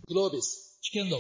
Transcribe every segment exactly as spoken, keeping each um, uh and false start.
グロービス危険録。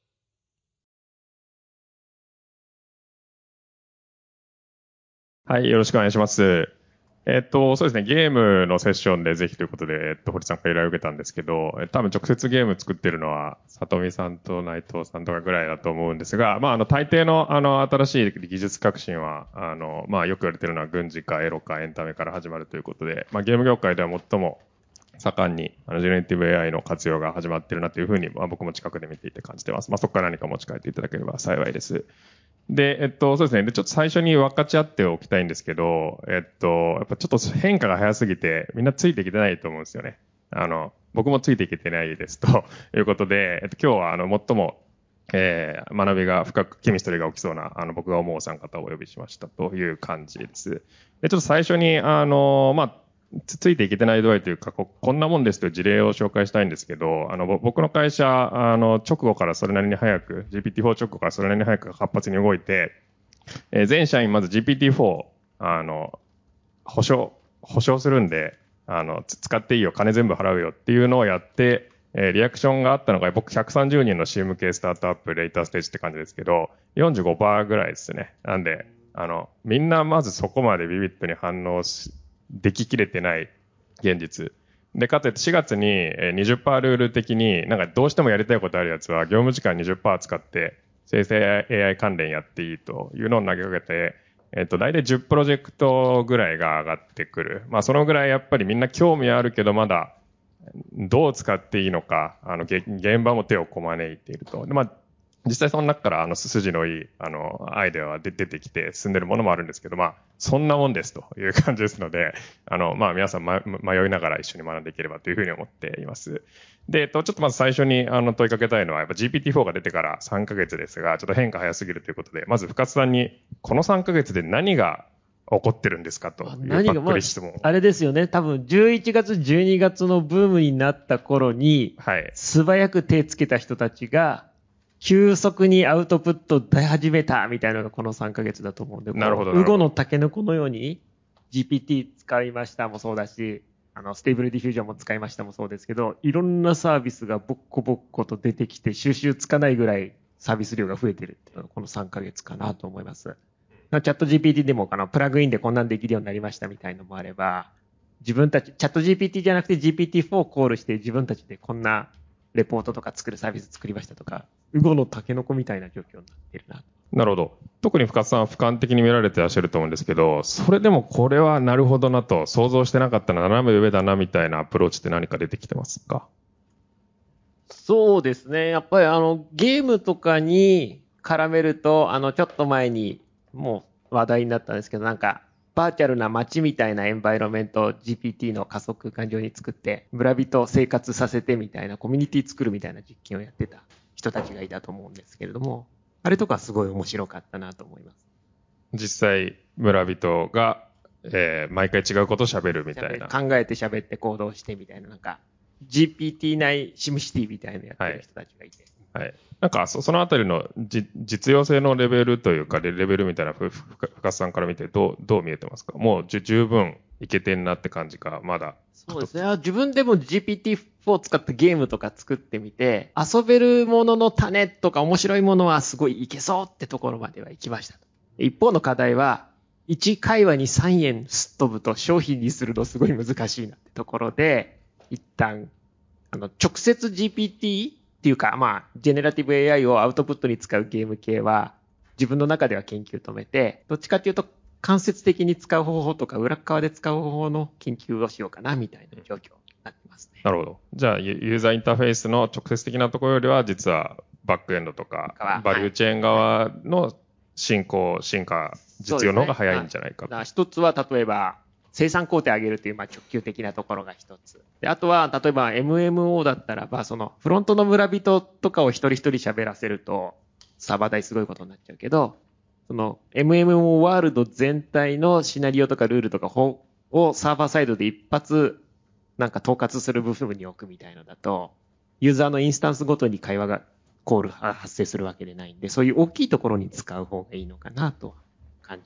はい、よろしくお願いします。えっと、そうですね、ゲームのセッションでぜひということで、えっと、堀さんから依頼を受けたんですけど、え多分直接ゲーム作ってるのは、里見さんと内藤さんとかぐらいだと思うんですが、まあ、あの、大抵の、あの、新しい技術革新は、あの、まあ、よく言われてるのは軍事かエロかエンタメから始まるということで、まあ、ゲーム業界では最も盛んに、あの、ジェネラティブ エーアイ の活用が始まってるなというふうに、まあ、僕も近くで見ていて感じてます。まあ、そこから何か持ち帰っていただければ幸いです。で、えっと、そうですね。で、ちょっと最初に分かち合っておきたいんですけど、えっと、やっぱちょっと変化が早すぎて、みんなついてきてないと思うんですよね。あの、僕もついていけてないですということで、えっと、今日は、あの、最も、えー、学びが深く、ケミストリーが起きそうな、あの、僕が思うお三方をお呼びしましたという感じです。で、ちょっと最初に、あの、まあ、つついていけてない度合いというか、こ、こんなもんですという事例を紹介したいんですけど、あの、ぼ僕の会社、あの、直後からそれなりに早く、ジーピーティーフォー 直後からそれなりに早く活発に動いて、えー全社員まず ジーピーティーフォー、あの、保証、保証するんで、あの、つ使っていいよ、金全部払うよっていうのをやって、えーリアクションがあったのが、僕ひゃくさんじゅうにんの シー 向けスタートアップ、レーターステージって感じですけど、よんじゅうごパーセントぐらいですね。なんで、あの、みんなまずそこまでビビッドに反応し、でききれてない現実。で、かつてしがつにえーにじゅっパーセントルール的に、なんかどうしてもやりたいことあるやつは、業務時間にじゅっパーセント使って、生成 エーアイ 関連やっていいというのを投げかけて、えっと、大体じゅうプロジェクトぐらいが上がってくる。まあ、そのぐらいやっぱりみんな興味あるけど、まだ、どう使っていいのか、あの、げ現場も手をこまねいていると。で、まあ、実際その中からあの筋のいいあのアイデアは出出てきて進んでるものもあるんですけど、まあそんなもんですという感じですので、あのまあ皆さん、ま、迷いながら一緒に学んでいければというふうに思っています。で、えっとちょっとまず最初にあの問いかけたいのはやっぱ ジーピーティーフォー が出てからさんかげつですが、ちょっと変化早すぎるということで、まず深津さんにこのさんかげつで何が起こってるんですかというばっくり質問。 あれですよね。多分じゅういちがつ、じゅうにがつのブームになった頃に、 はい。 素早く手つけた人たちが、急速にアウトプット出始めたみたいなのがこのさんかげつだと思うんで、 なるほど、 こう、ウゴなるほど。 のタケノコのように ジーピーティー 使いましたもそうだし、あの、ステーブルディフュージョンも使いましたもそうですけど、いろんなサービスがボッコボッコと出てきて、収集つかないぐらいサービス量が増えてるっていうのがこのさんかげつかなと思います。チャット ジーピーティー でもあのプラグインでこんなんできるようになりましたみたいのもあれば、自分たち、チャット ジーピーティー じゃなくて ジーピーティーフォー をコールして自分たちでこんなレポートとか作るサービス作りましたとか、ウゴのタケノコみたいな状況になってるな。 なるほど。特に深津さんは俯瞰的に見られてらっしゃると思うんですけど、それでもこれはなるほどなと想像してなかったら斜め上だなみたいなアプローチって何か出てきてますか？ そうですね。やっぱりあの、ゲームとかに絡めると、あの、ちょっと前にもう話題になったんですけど、なんか、バーチャルな街みたいなエンバイロメントを ジーピーティー の仮想空間上に作って、村人を生活させてみたいな、コミュニティ作るみたいな実験をやってた人たちがいたと思うんですけれども、あれとかすごい面白かったなと思います。 実際、村人が、えー毎回違うことを喋るみたいな。 考えて喋って行動してみたいな、なんか、ジーピーティー 内シムシティみたいなのやってる人たちがいて。 はい。なんか、そそのあたりのじ実用性のレベルというか、レレベルみたいな、ふふ深津さんから見てどう、どう見えてますか？もうじゅ十分いけてんなって感じか、まだ。 そうですね。自分でも ジーピーティーフォー を使ってゲームとか作ってみて、遊べるものの種とか面白いものはすごいいけそうってところまでは行きました。一方の課題は、いち会話にさんえんすっ飛ぶと商品にするのすごい難しいなってところで、一旦、あの、直接 ジーピーティー っていうか、まあ、ジェネラティブ エーアイ をアウトプットに使うゲーム系は、自分の中では研究止めて、どっちかっていうと、間接的に使う方法とか、裏側で使う方法の研究をしようかな、みたいな状況になってますね。 なるほど。じゃあ、ユユーザーインターフェースの直接的なところよりは、実はバックエンドとか、バリューチェーン側の進行、進化、実用の方が早いんじゃないかと。 一つは、例えば、生産工程上げるという、まあ、直球的なところが一つ。で、あとは、例えば エムエムオー だったらば、その、フロントの村人とかを一人一人喋らせると、サーバー代すごいことになっちゃうけど、その、エムエムオー ワールド全体のシナリオとかルールとかをサーバーサイドで一発、なんか統括する部分に置くみたいのだと、ユーザーのインスタンスごとに会話が、コール発生するわけでないんで、そういう大きいところに使う方がいいのかなと感じてます。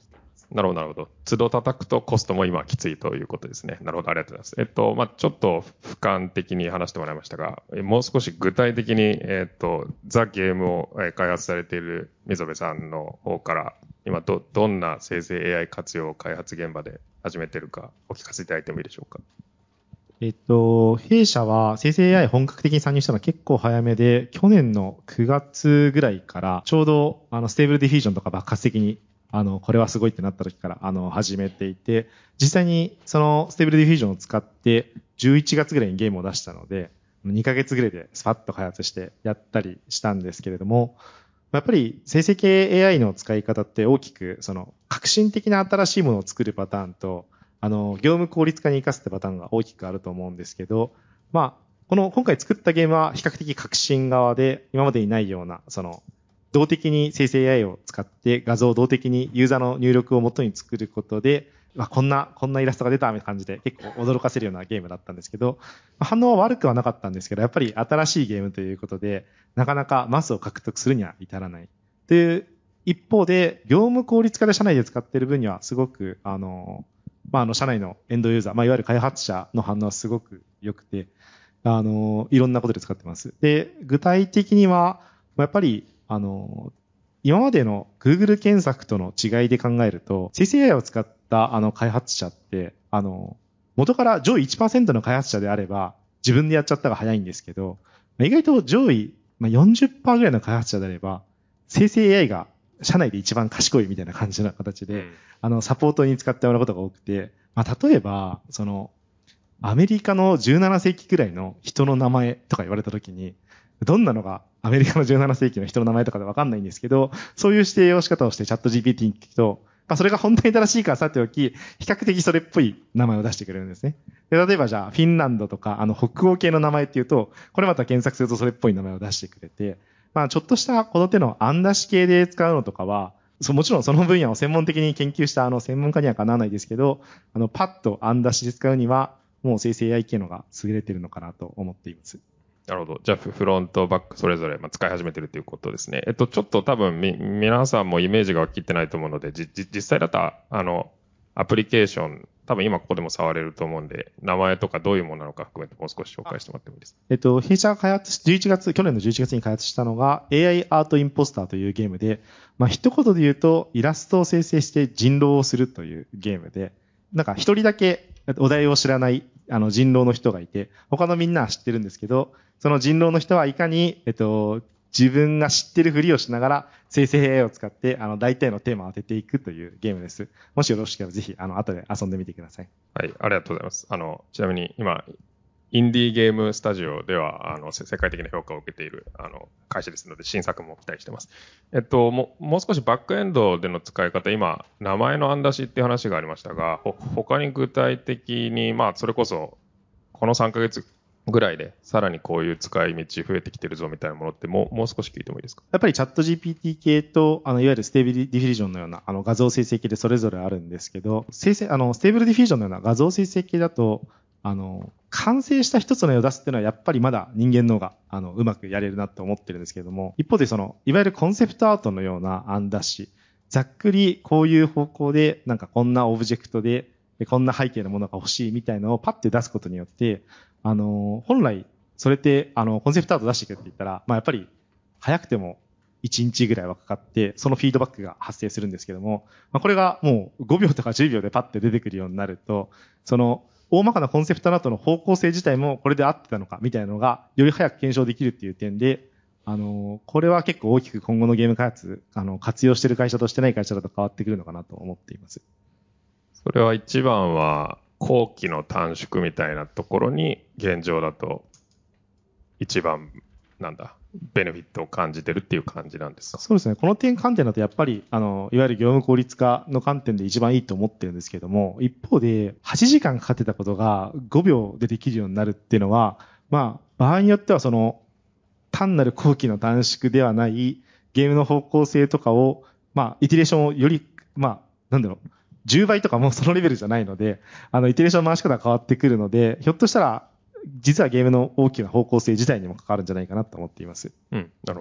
なるほど、なるほど。都度叩くとコストも今きついということですね。なるほど、ありがとうございます。えっと、まあ、ちょっと俯瞰的に話してもらいましたが、もう少し具体的に、えっと、ザ・ゲームを開発されている溝部さんの方から、今ど、どんな生成 エーアイ 活用を開発現場で始めているかお聞かせいただいてもいいでしょうか。 えっと、弊社は生成 エーアイ 本格的に参入したのは結構早めで、去年のくがつぐらいからちょうどあのステーブルディフュージョンとか爆発的にあのこれはすごいってなった時からあの始めていて、実際にそのステーブルディフュージョンを使ってじゅういちがつぐらいにゲームを出したので、にかげつぐらいでスパッと開発してやったりしたんですけれども、やっぱり生成系 エーアイ の使い方って大きくその革新的な新しいものを作るパターンと、あの、業務効率化に生かすってパターンが大きくあると思うんですけど、まあ、この今回作ったゲームは比較的革新側で、今までにないような、その、動的に生成 エーアイ を使って画像を動的にユーザーの入力を元に作ることで、まあ、こんな、こんなイラストが出たみたいな感じで結構驚かせるようなゲームだったんですけど、反応は悪くはなかったんですけど、やっぱり新しいゲームということで、なかなかマスを獲得するには至らない。という一方で、業務効率化で社内で使っている分にはすごく、あの、まあ、あの、社内のエンドユーザー、まあ、いわゆる開発者の反応はすごく良くて、あの、いろんなことで使ってます。で、具体的には、やっぱり、あの、今までの Google 検索との違いで考えると、生成 エーアイ を使ったあの開発者って、あの、元から上位 いちパーセント の開発者であれば、自分でやっちゃったが早いんですけど、意外と上位 よんじゅっパーセント ぐらいの開発者であれば、生成 エーアイ が社内で一番賢いみたいな感じの形で、うん、あの、サポートに使ってもらうことが多くて、まあ、例えば、その、アメリカのじゅうななせいきくらいの人の名前とか言われたときに、どんなのがアメリカのじゅうななせいきの人の名前とかでわかんないんですけど、そういう指定を仕方をしてチャット ジーピーティー に聞くと、まあ、それが本当に正しいかさておき、比較的それっぽい名前を出してくれるんですね。で例えばじゃあ、フィンランドとか、あの、北欧系の名前っていうと、これまた検索するとそれっぽい名前を出してくれて、まあ、ちょっとしたこの手の案出し系で使うのとかは、もちろんその分野を専門的に研究したあの専門家にはかなわないですけど、あの、パッと案出しで使うには、もう生成 エーアイ 系のが優れてるのかなと思っています。 なるほど。じゃあ、フロント、バック、それぞれ使い始めてるということですね。えっと、ちょっと多分、み、皆さんもイメージが湧きってないと思うので、じ、じ、実際だったら、あの、アプリケーション、多分今ここでも触れると思うんで、名前とかどういうものなのか含めてもう少し紹介してもらってもいいですか。 えっと、弊社が開発し、じゅういちがつ、去年のじゅういちがつに開発したのが エーアイ アートインポスターというゲームで、まあ、一言で言うと、イラストを生成して人狼をするというゲームで、なんか一人だけお題を知らないあの人狼の人がいて、他のみんなは知ってるんですけど、その人狼の人はいかに、えっと、自分が知ってるふりをしながら生成 エーアイ を使ってあの大体のテーマを当てていくというゲームです。もしよろしければぜひあの後で遊んでみてください。 はい、ありがとうございます。あの、ちなみに今、インディーゲームスタジオでは、あの、世界的な評価を受けている、あの、会社ですので、新作も期待してます。えっと、も、もう少しバックエンドでの使い方、今、名前の案出しっていう話がありましたが、ほ、他に具体的に、まあ、それこそ、このさんかげつぐらいで、さらにこういう使い道増えてきてるぞみたいなものって、もう、もう少し聞いてもいいですか？ やっぱりチャット ジーピーティー 系と、あの、いわゆるステーブルディフュージョンのような、あの、画像生成系でそれぞれあるんですけど、生成、あの、ステーブルディフュージョンのような画像生成系だと、あの、完成した一つの絵を出すっていうのはやっぱりまだ人間の方が、あの、うまくやれるなって思ってるんですけれども、一方でその、いわゆるコンセプトアートのような案出し、ざっくりこういう方向で、なんかこんなオブジェクトで、こんな背景のものが欲しいみたいなのをパッて出すことによって、あの、本来、それって、あの、コンセプトアート出してくれって言ったら、まあやっぱり、早くてもいちにちぐらいはかかって、そのフィードバックが発生するんですけども、まあこれがもうごびょうとかじゅうびょうでパッて出てくるようになると、その、大まかなコンセプトアートの方向性自体もこれで合ってたのかみたいなのが、より早く検証できるっていう点で、あの、これは結構大きく今後のゲーム開発、あの、活用してる会社としてない会社だと変わってくるのかなと思っています。 それは一番は、工期の短縮みたいなところに、現状だと、一番、なんだ、ベネフィットを感じてるっていう感じなんですか？ そうですね。この点観点だとやっぱり、あの、いわゆる業務効率化の観点で一番いいと思ってるんですけども、一方で、はちじかんかかってたことがごびょうでできるようになるっていうのは、まあ、場合によってはその、単なる工期の短縮ではない、ゲームの方向性とかを、まあ、イテレーションをより、まあ、なんだろう、じゅうばいとかもうそのレベルじゃないので、あの、イテレーションの回し方が変わってくるので、ひょっとしたら、実はゲームの大きな方向性自体にも関わるんじゃないかなと思っています。 うん、なるほど。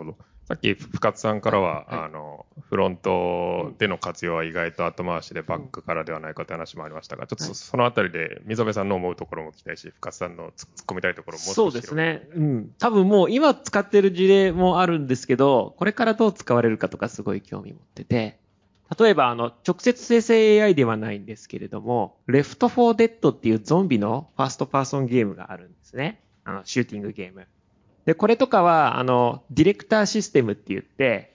さっき深津さんからは、 はいはい、 あのフロントでの活用は意外と後回しでバックからではないかという話もありましたが、ちょっと そ,、はい、そのあたりで溝辺さんの思うところも聞きたいし、深津さんの突っ込みたいところももう少しそうですね。うん。多分もう今使ってる事例もあるんですけど、これからどう使われるかとかすごい興味持ってて、例えばあの直接生成 エーアイ ではないんですけれども、レフトフォーデッドっていうゾンビのファーストパーソンゲームがあるんですね。あのシューティングゲーム。で、これとかは、あの、ディレクターシステムって言って、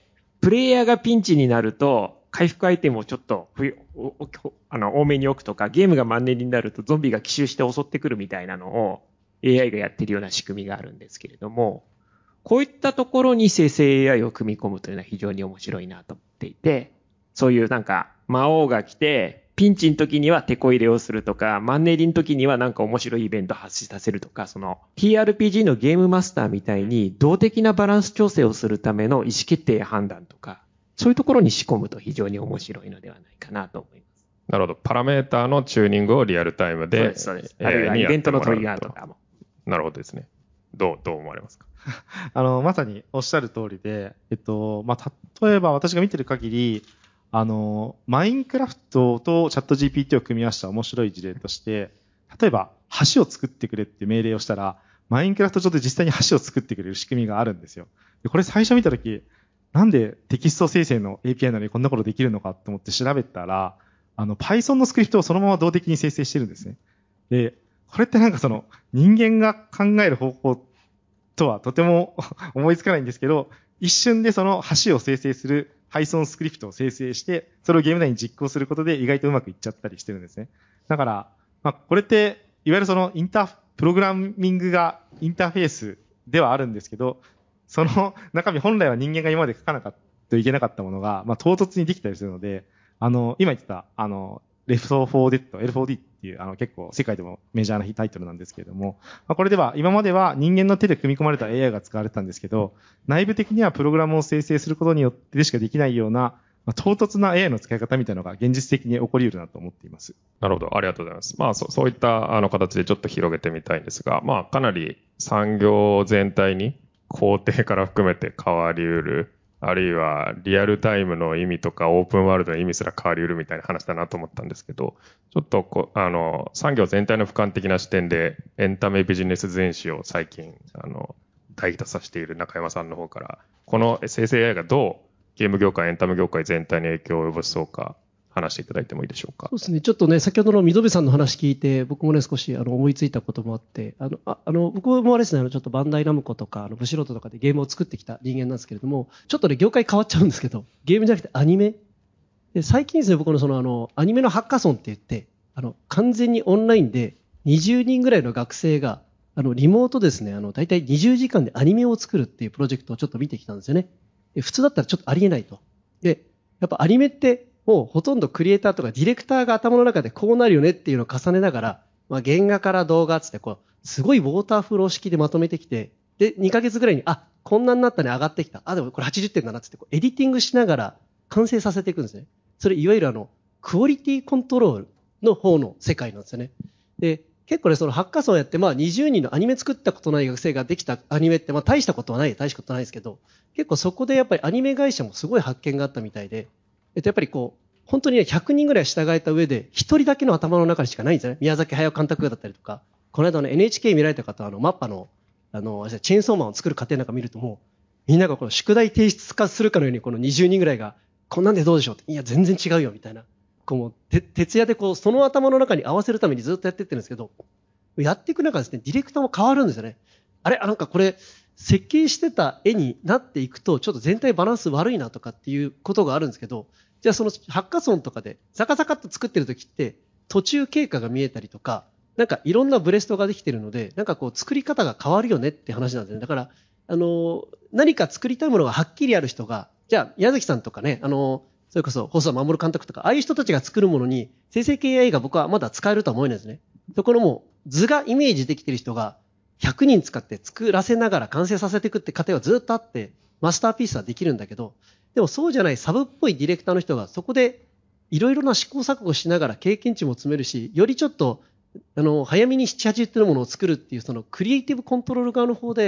プレイヤーがピンチになると、回復アイテムをちょっとあの多めに置くとか、ゲームがマンネリになるとゾンビが奇襲して襲ってくるみたいなのを エーアイ がやってるような仕組みがあるんですけれども、こういったところに生成 エーアイ を組み込むというのは非常に面白いなと思っていて、そういうなんか魔王が来て、ピンチの時にはテこ入れをするとか、マンネリの時にはなんか面白いイベント発生させるとか、その ティーアールピージー のゲームマスターみたいに動的なバランス調整をするための意思決定や判断とか、そういうところに仕込むと非常に面白いのではないかなと思います。 なるほど。パラメーターのチューニングをリアルタイムで、 そうです、そうです。あるいはイベントのトリガーとかも。 なるほどですね。どう、どう思われますか？ あの、まさにおっしゃる通りで、えっと、まあ、例えば私が見てる限り、あの、マインクラフトとチャット ジーピーティー を組み合わせた面白い事例として、例えば橋を作ってくれって命令をしたら、マインクラフト上で実際に橋を作ってくれる仕組みがあるんですよ。でこれ最初見たとき、なんでテキスト生成の エーピーアイ なのにこんなことできるのかと思って調べたら、あの Python のスクリプトをそのまま動的に生成してるんですね。で、これってなんかその人間が考える方法とはとても思いつかないんですけど、一瞬でその橋を生成する Python スクリプトを生成して、それをゲーム内に実行することで意外とうまくいっちゃったりしてるんですね。だから、まあ、これって、いわゆるそのインター、プログラミングがインターフェースではあるんですけど、その中身本来は人間が今まで書かなかったといけなかったものが、まあ、唐突にできたりするので、あの、今言ってた、あの、レフトフォーデッド、エルフォーディー っていう、あの、結構世界でもメジャーなタイトルなんですけれども、まあ、これでは、今までは人間の手で組み込まれた エーアイ が使われてたんですけど、内部的にはプログラムを生成することによってでしかできないような、まあ、唐突な エーアイ の使い方みたいなのが現実的に起こり得るなと思っています。 なるほど。ありがとうございます。まあ、そそういったあの形でちょっと広げてみたいんですが、まあ、かなり産業全体に工程から含めて変わり得る、あるいはリアルタイムの意味とかオープンワールドの意味すら変わり得るみたいな話だなと思ったんですけど、ちょっとこあの産業全体の俯瞰的な視点でエンタメビジネス全史を最近あの大ヒットさせている中山さんの方から、この生成 エーアイ がどうゲーム業界、エンタメ業界全体に影響を及ぼしそうか話していただいてもいいでしょうか。 そうですね。ちょっとね、先ほどの溝辺さんの話聞いて、僕もね、少しあの思いついたこともあって、あの、ああの僕もあれですね、あのちょっとバンダイナムコとか、あのブシロートとかでゲームを作ってきた人間なんですけれども、ちょっとね、業界変わっちゃうんですけど、ゲームじゃなくてアニメ。で最近ですね、僕のそのあの、アニメのハッカソンって言って、あの、完全にオンラインでにじゅうにんぐらいの学生が、あの、リモートですね、あの、大体にじゅうじかんでアニメを作るっていうプロジェクトをちょっと見てきたんですよね。で普通だったらちょっとありえないと。で、やっぱアニメって、もうほとんどクリエイターとかディレクターが頭の中でこうなるよねっていうのを重ねながら、まあ、原画から動画つってこう、すごいウォーターフロー式でまとめてきて、で、にかげつぐらいに、あ、こんなになったね、上がってきた。あ、でもこれはちじゅってんだなっつってこう、エディティングしながら完成させていくんですね。それいわゆるあの、クオリティコントロールの方の世界なんですよね。で、結構ね、そのハッカソンやって、まあにじゅうにんのアニメ作ったことない学生ができたアニメって、まあ大したことはない、大したことないですけど、結構そこでやっぱりアニメ会社もすごい発見があったみたいで、えっとやっぱりこう、本当にね、ひゃくにんぐらい従えた上で、一人だけの頭の中にしかないんですよね。宮崎駿監督だったりとか、この間の エヌエイチケー 見られた方は、あの、マッパの、あの、チェーンソーマンを作る過程なんか見るともう、みんながこの宿題提出化するかのように、このにじゅうにんぐらいが、こんなんでどうでしょうって、いや、全然違うよ、みたいな。こう、もう、て、徹夜でこう、その頭の中に合わせるためにずっとやってってるんですけど、やっていく中ですね、ディレクターも変わるんですよね。あれ、あ、なんかこれ、設計してた絵になっていくと、ちょっと全体バランス悪いなとかっていうことがあるんですけど、じゃあそのハッカソンとかでザカザカっと作ってる時って途中経過が見えたりとか、なんかいろんなブレストができてるので、なんかこう作り方が変わるよねって話なんですね。だから、あの、何か作りたいものがはっきりある人が、じゃあ宮崎さんとかね、あの、それこそ細田守監督とか、ああいう人たちが作るものに生成系 エーアイ が僕はまだ使えるとは思えないですね。ところも図がイメージできてる人がひゃくにん使って作らせながら完成させていくって過程はずっとあって、マスターピースはできるんだけど、でもそうじゃないサブっぽいディレクターの人がそこでいろいろな試行錯誤しながら経験値も詰めるし、よりちょっとあの早めになな、はちじゅってるものを作るっていうそのクリエイティブコントロール側の方で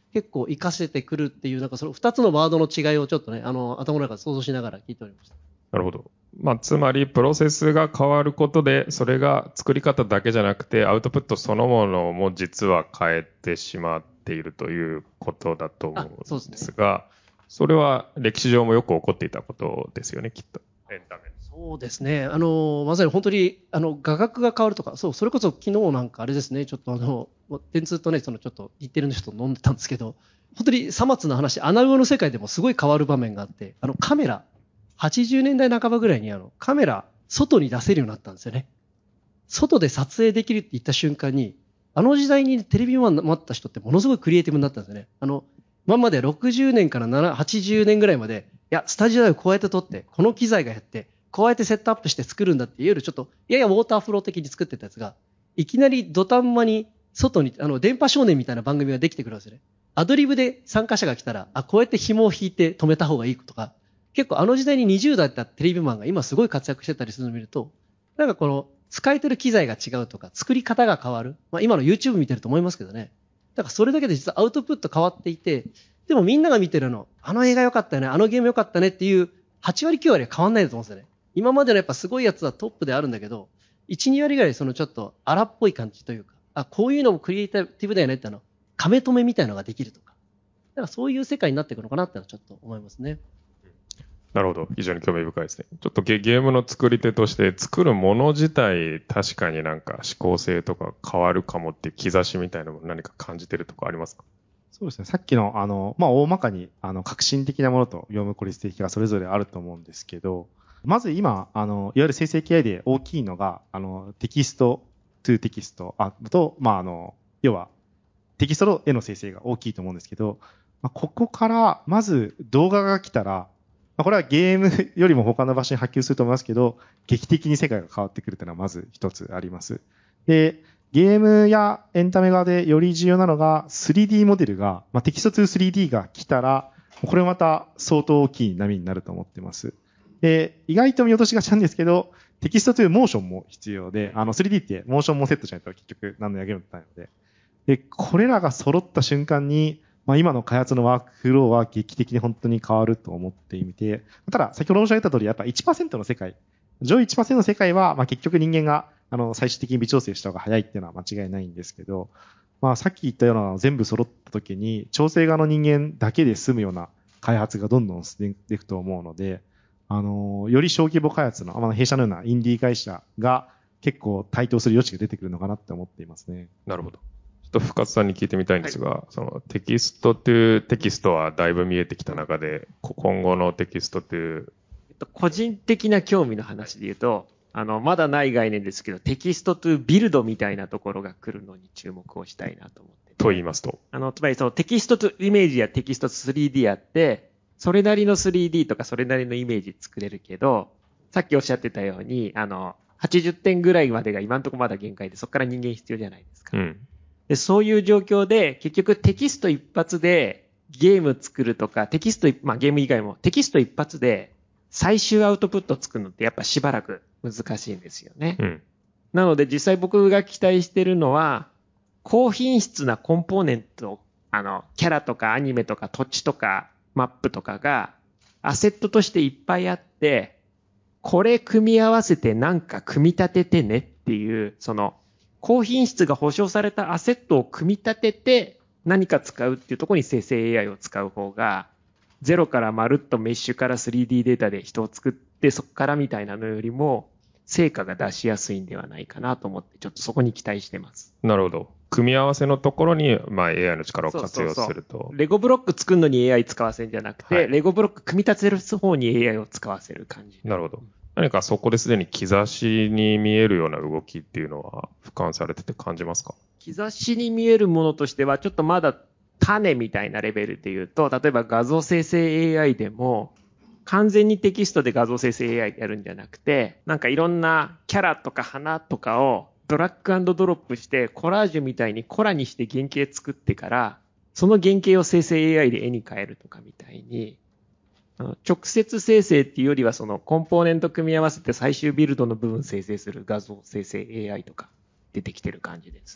結構活かせてくるっていう、なんかそのふたつのワードの違いをちょっとね、あの、頭の中で想像しながら聞いておりました。 なるほど。まあ、つまり、プロセスが変わることで、それが作り方だけじゃなくて、アウトプットそのものも実は変えてしまっているということだと思うんですが、それは歴史上もよく起こっていたことですよね、きっと。エンタメ。 そうですね。あの、まさに本当に、あの、画角が変わるとか、そう、それこそ昨日なんかあれですね、ちょっとあの、電通とね、そのちょっと日テレの人と飲んでたんですけど、本当にさまつな話、アナログの世界でもすごい変わる場面があって、あの、カメラ、はちじゅうねんだいなかばぐらいにあの、カメラ、外に出せるようになったんですよね。外で撮影できるって言った瞬間に、あの時代にテレビマンになった人ってものすごいクリエイティブになったんですよね。あの、今までろくじゅうねんからはちじゅうねんぐらいまで、いや、スタジオでこうやって撮って、この機材がやって、こうやってセットアップして作るんだっていうよりちょっと、ややウォーターフロー的に作ってたやつが、いきなり土壇場に外に、あの、電波少年みたいな番組ができてくるんですよね。アドリブで参加者が来たら、あ、こうやって紐を引いて止めた方がいいとか、結構あの時代ににじゅう代だったテレビマンが今すごい活躍してたりするのを見ると、なんかこの、使えてる機材が違うとか、作り方が変わる。まあ今の YouTube 見てると思いますけどね。だからそれだけで実はアウトプット変わっていて、でもみんなが見てるの、あの映画良かったよね、あのゲーム良かったねっていうはちわりきゅうわりは変わんないと思うんですよね。今までのやっぱすごいやつはトップであるんだけど、いち、にわりぐらいそのちょっと荒っぽい感じというか、あ、こういうのもクリエイティブだよねってあの、亀止めみたいなのができるとか。だからそういう世界になっていくのかなってのはちょっと思いますね。 なるほど。非常に興味深いですね。ちょっとゲゲームの作り手として作るもの自体確かになんか思考性とか変わるかもっていう兆しみたいなもの何か感じてるとかありますか？ そうですね。さっきの、あの、まあ、大まかに、あの、革新的なものと業務効率的がそれぞれあると思うんですけど、まず今、あの、いわゆる生成 ケーアイ で大きいのが、あの、テキストトゥテキスト、あと、まあ、あの、要は、テキストへの生成が大きいと思うんですけど、まあ、ここから、まず動画が来たら、まあ、これはゲームよりも他の場所に波及すると思いますけど、劇的に世界が変わってくるというのはまず一つあります。で、ゲームやエンタメ側でより重要なのが スリーディー モデルが、まあ、テキスト to スリーディー が来たら、これまた相当大きい波になると思ってます。で、意外と見落としがちなんですけど、テキスト to モーションも必要で、あの スリーディー ってモーションもセットしないと結局何の役にも立たないので。で、これらが揃った瞬間に、まあ、今の開発のワークフローは劇的に本当に変わると思っていて、ただ先ほど申し上げた通り、やっぱ いちパーセント の世界、上位 いちパーセント の世界は、まあ、結局人間があの最終的に微調整した方が早いっていうのは間違いないんですけど、まあ、さっき言ったような全部揃った時に、調整側の人間だけで済むような開発がどんどん進んでいくと思うので、あの、より小規模開発の、まあ、弊社のようなインディー会社が結構台頭する余地が出てくるのかなって思っていますね。 なるほど。ちょっと深津さんに聞いてみたいんですが、はい、そのテキストというテキストはだいぶ見えてきた中で、今後のテキストという、 えっと、個人的な興味の話で言うと、あの、まだない概念ですけど、テキストトゥビルドみたいなところが来るのに注目をしたいなと思ってて。 と言いますと。 あの、つまりそのテキストトゥイメージやテキスト スリーディー あって、それなりの スリーディー とかそれなりのイメージ作れるけど、さっきおっしゃってたように、あの、はちじゅってんぐらいまでが今のところまだ限界で、そこから人間必要じゃないですか。 うん。 で、そういう状況で、結局テキスト一発でゲーム作るとか、テキスト、まあゲーム以外もテキスト一発で最終アウトプット作るのってやっぱしばらく難しいんですよね。 うん。 なので実際僕が期待してるのは、高品質なコンポーネント、あの、キャラとかアニメとか土地とかマップとかがアセットとしていっぱいあって、これ組み合わせてなんか組み立ててねっていう、その、高品質が保証されたアセットを組み立てて何か使うっていうところに生成 エーアイ を使う方が、ゼロからまるっとメッシュから スリーディー データで人を作ってそこからみたいなのよりも成果が出しやすいんではないかなと思って、ちょっとそこに期待してます。 なるほど。組み合わせのところに、まあ、エーアイ の力を活用すると。 そうそうそう。レゴブロック作るのに エーアイ 使わせるんじゃなくて、はい、レゴブロック組み立てる方に エーアイ を使わせる感じ。 なるほど。何かそこですでに兆しに見えるような動きっていうのは俯瞰されてて感じますか？ 兆しに見えるものとしては、ちょっとまだ種みたいなレベルで言うと、例えば画像生成 エーアイ でも、完全にテキストで画像生成 エーアイ やるんじゃなくて、なんかいろんなキャラとか花とかをドラッグ&ドロップしてコラージュみたいにコラにして原型作ってから、その原型を生成 エーアイ で絵に変えるとかみたいに、直接生成っていうよりはそのコンポーネント組み合わせて最終ビルドの部分生成する画像生成 エーアイ とか出てきてる感じですね。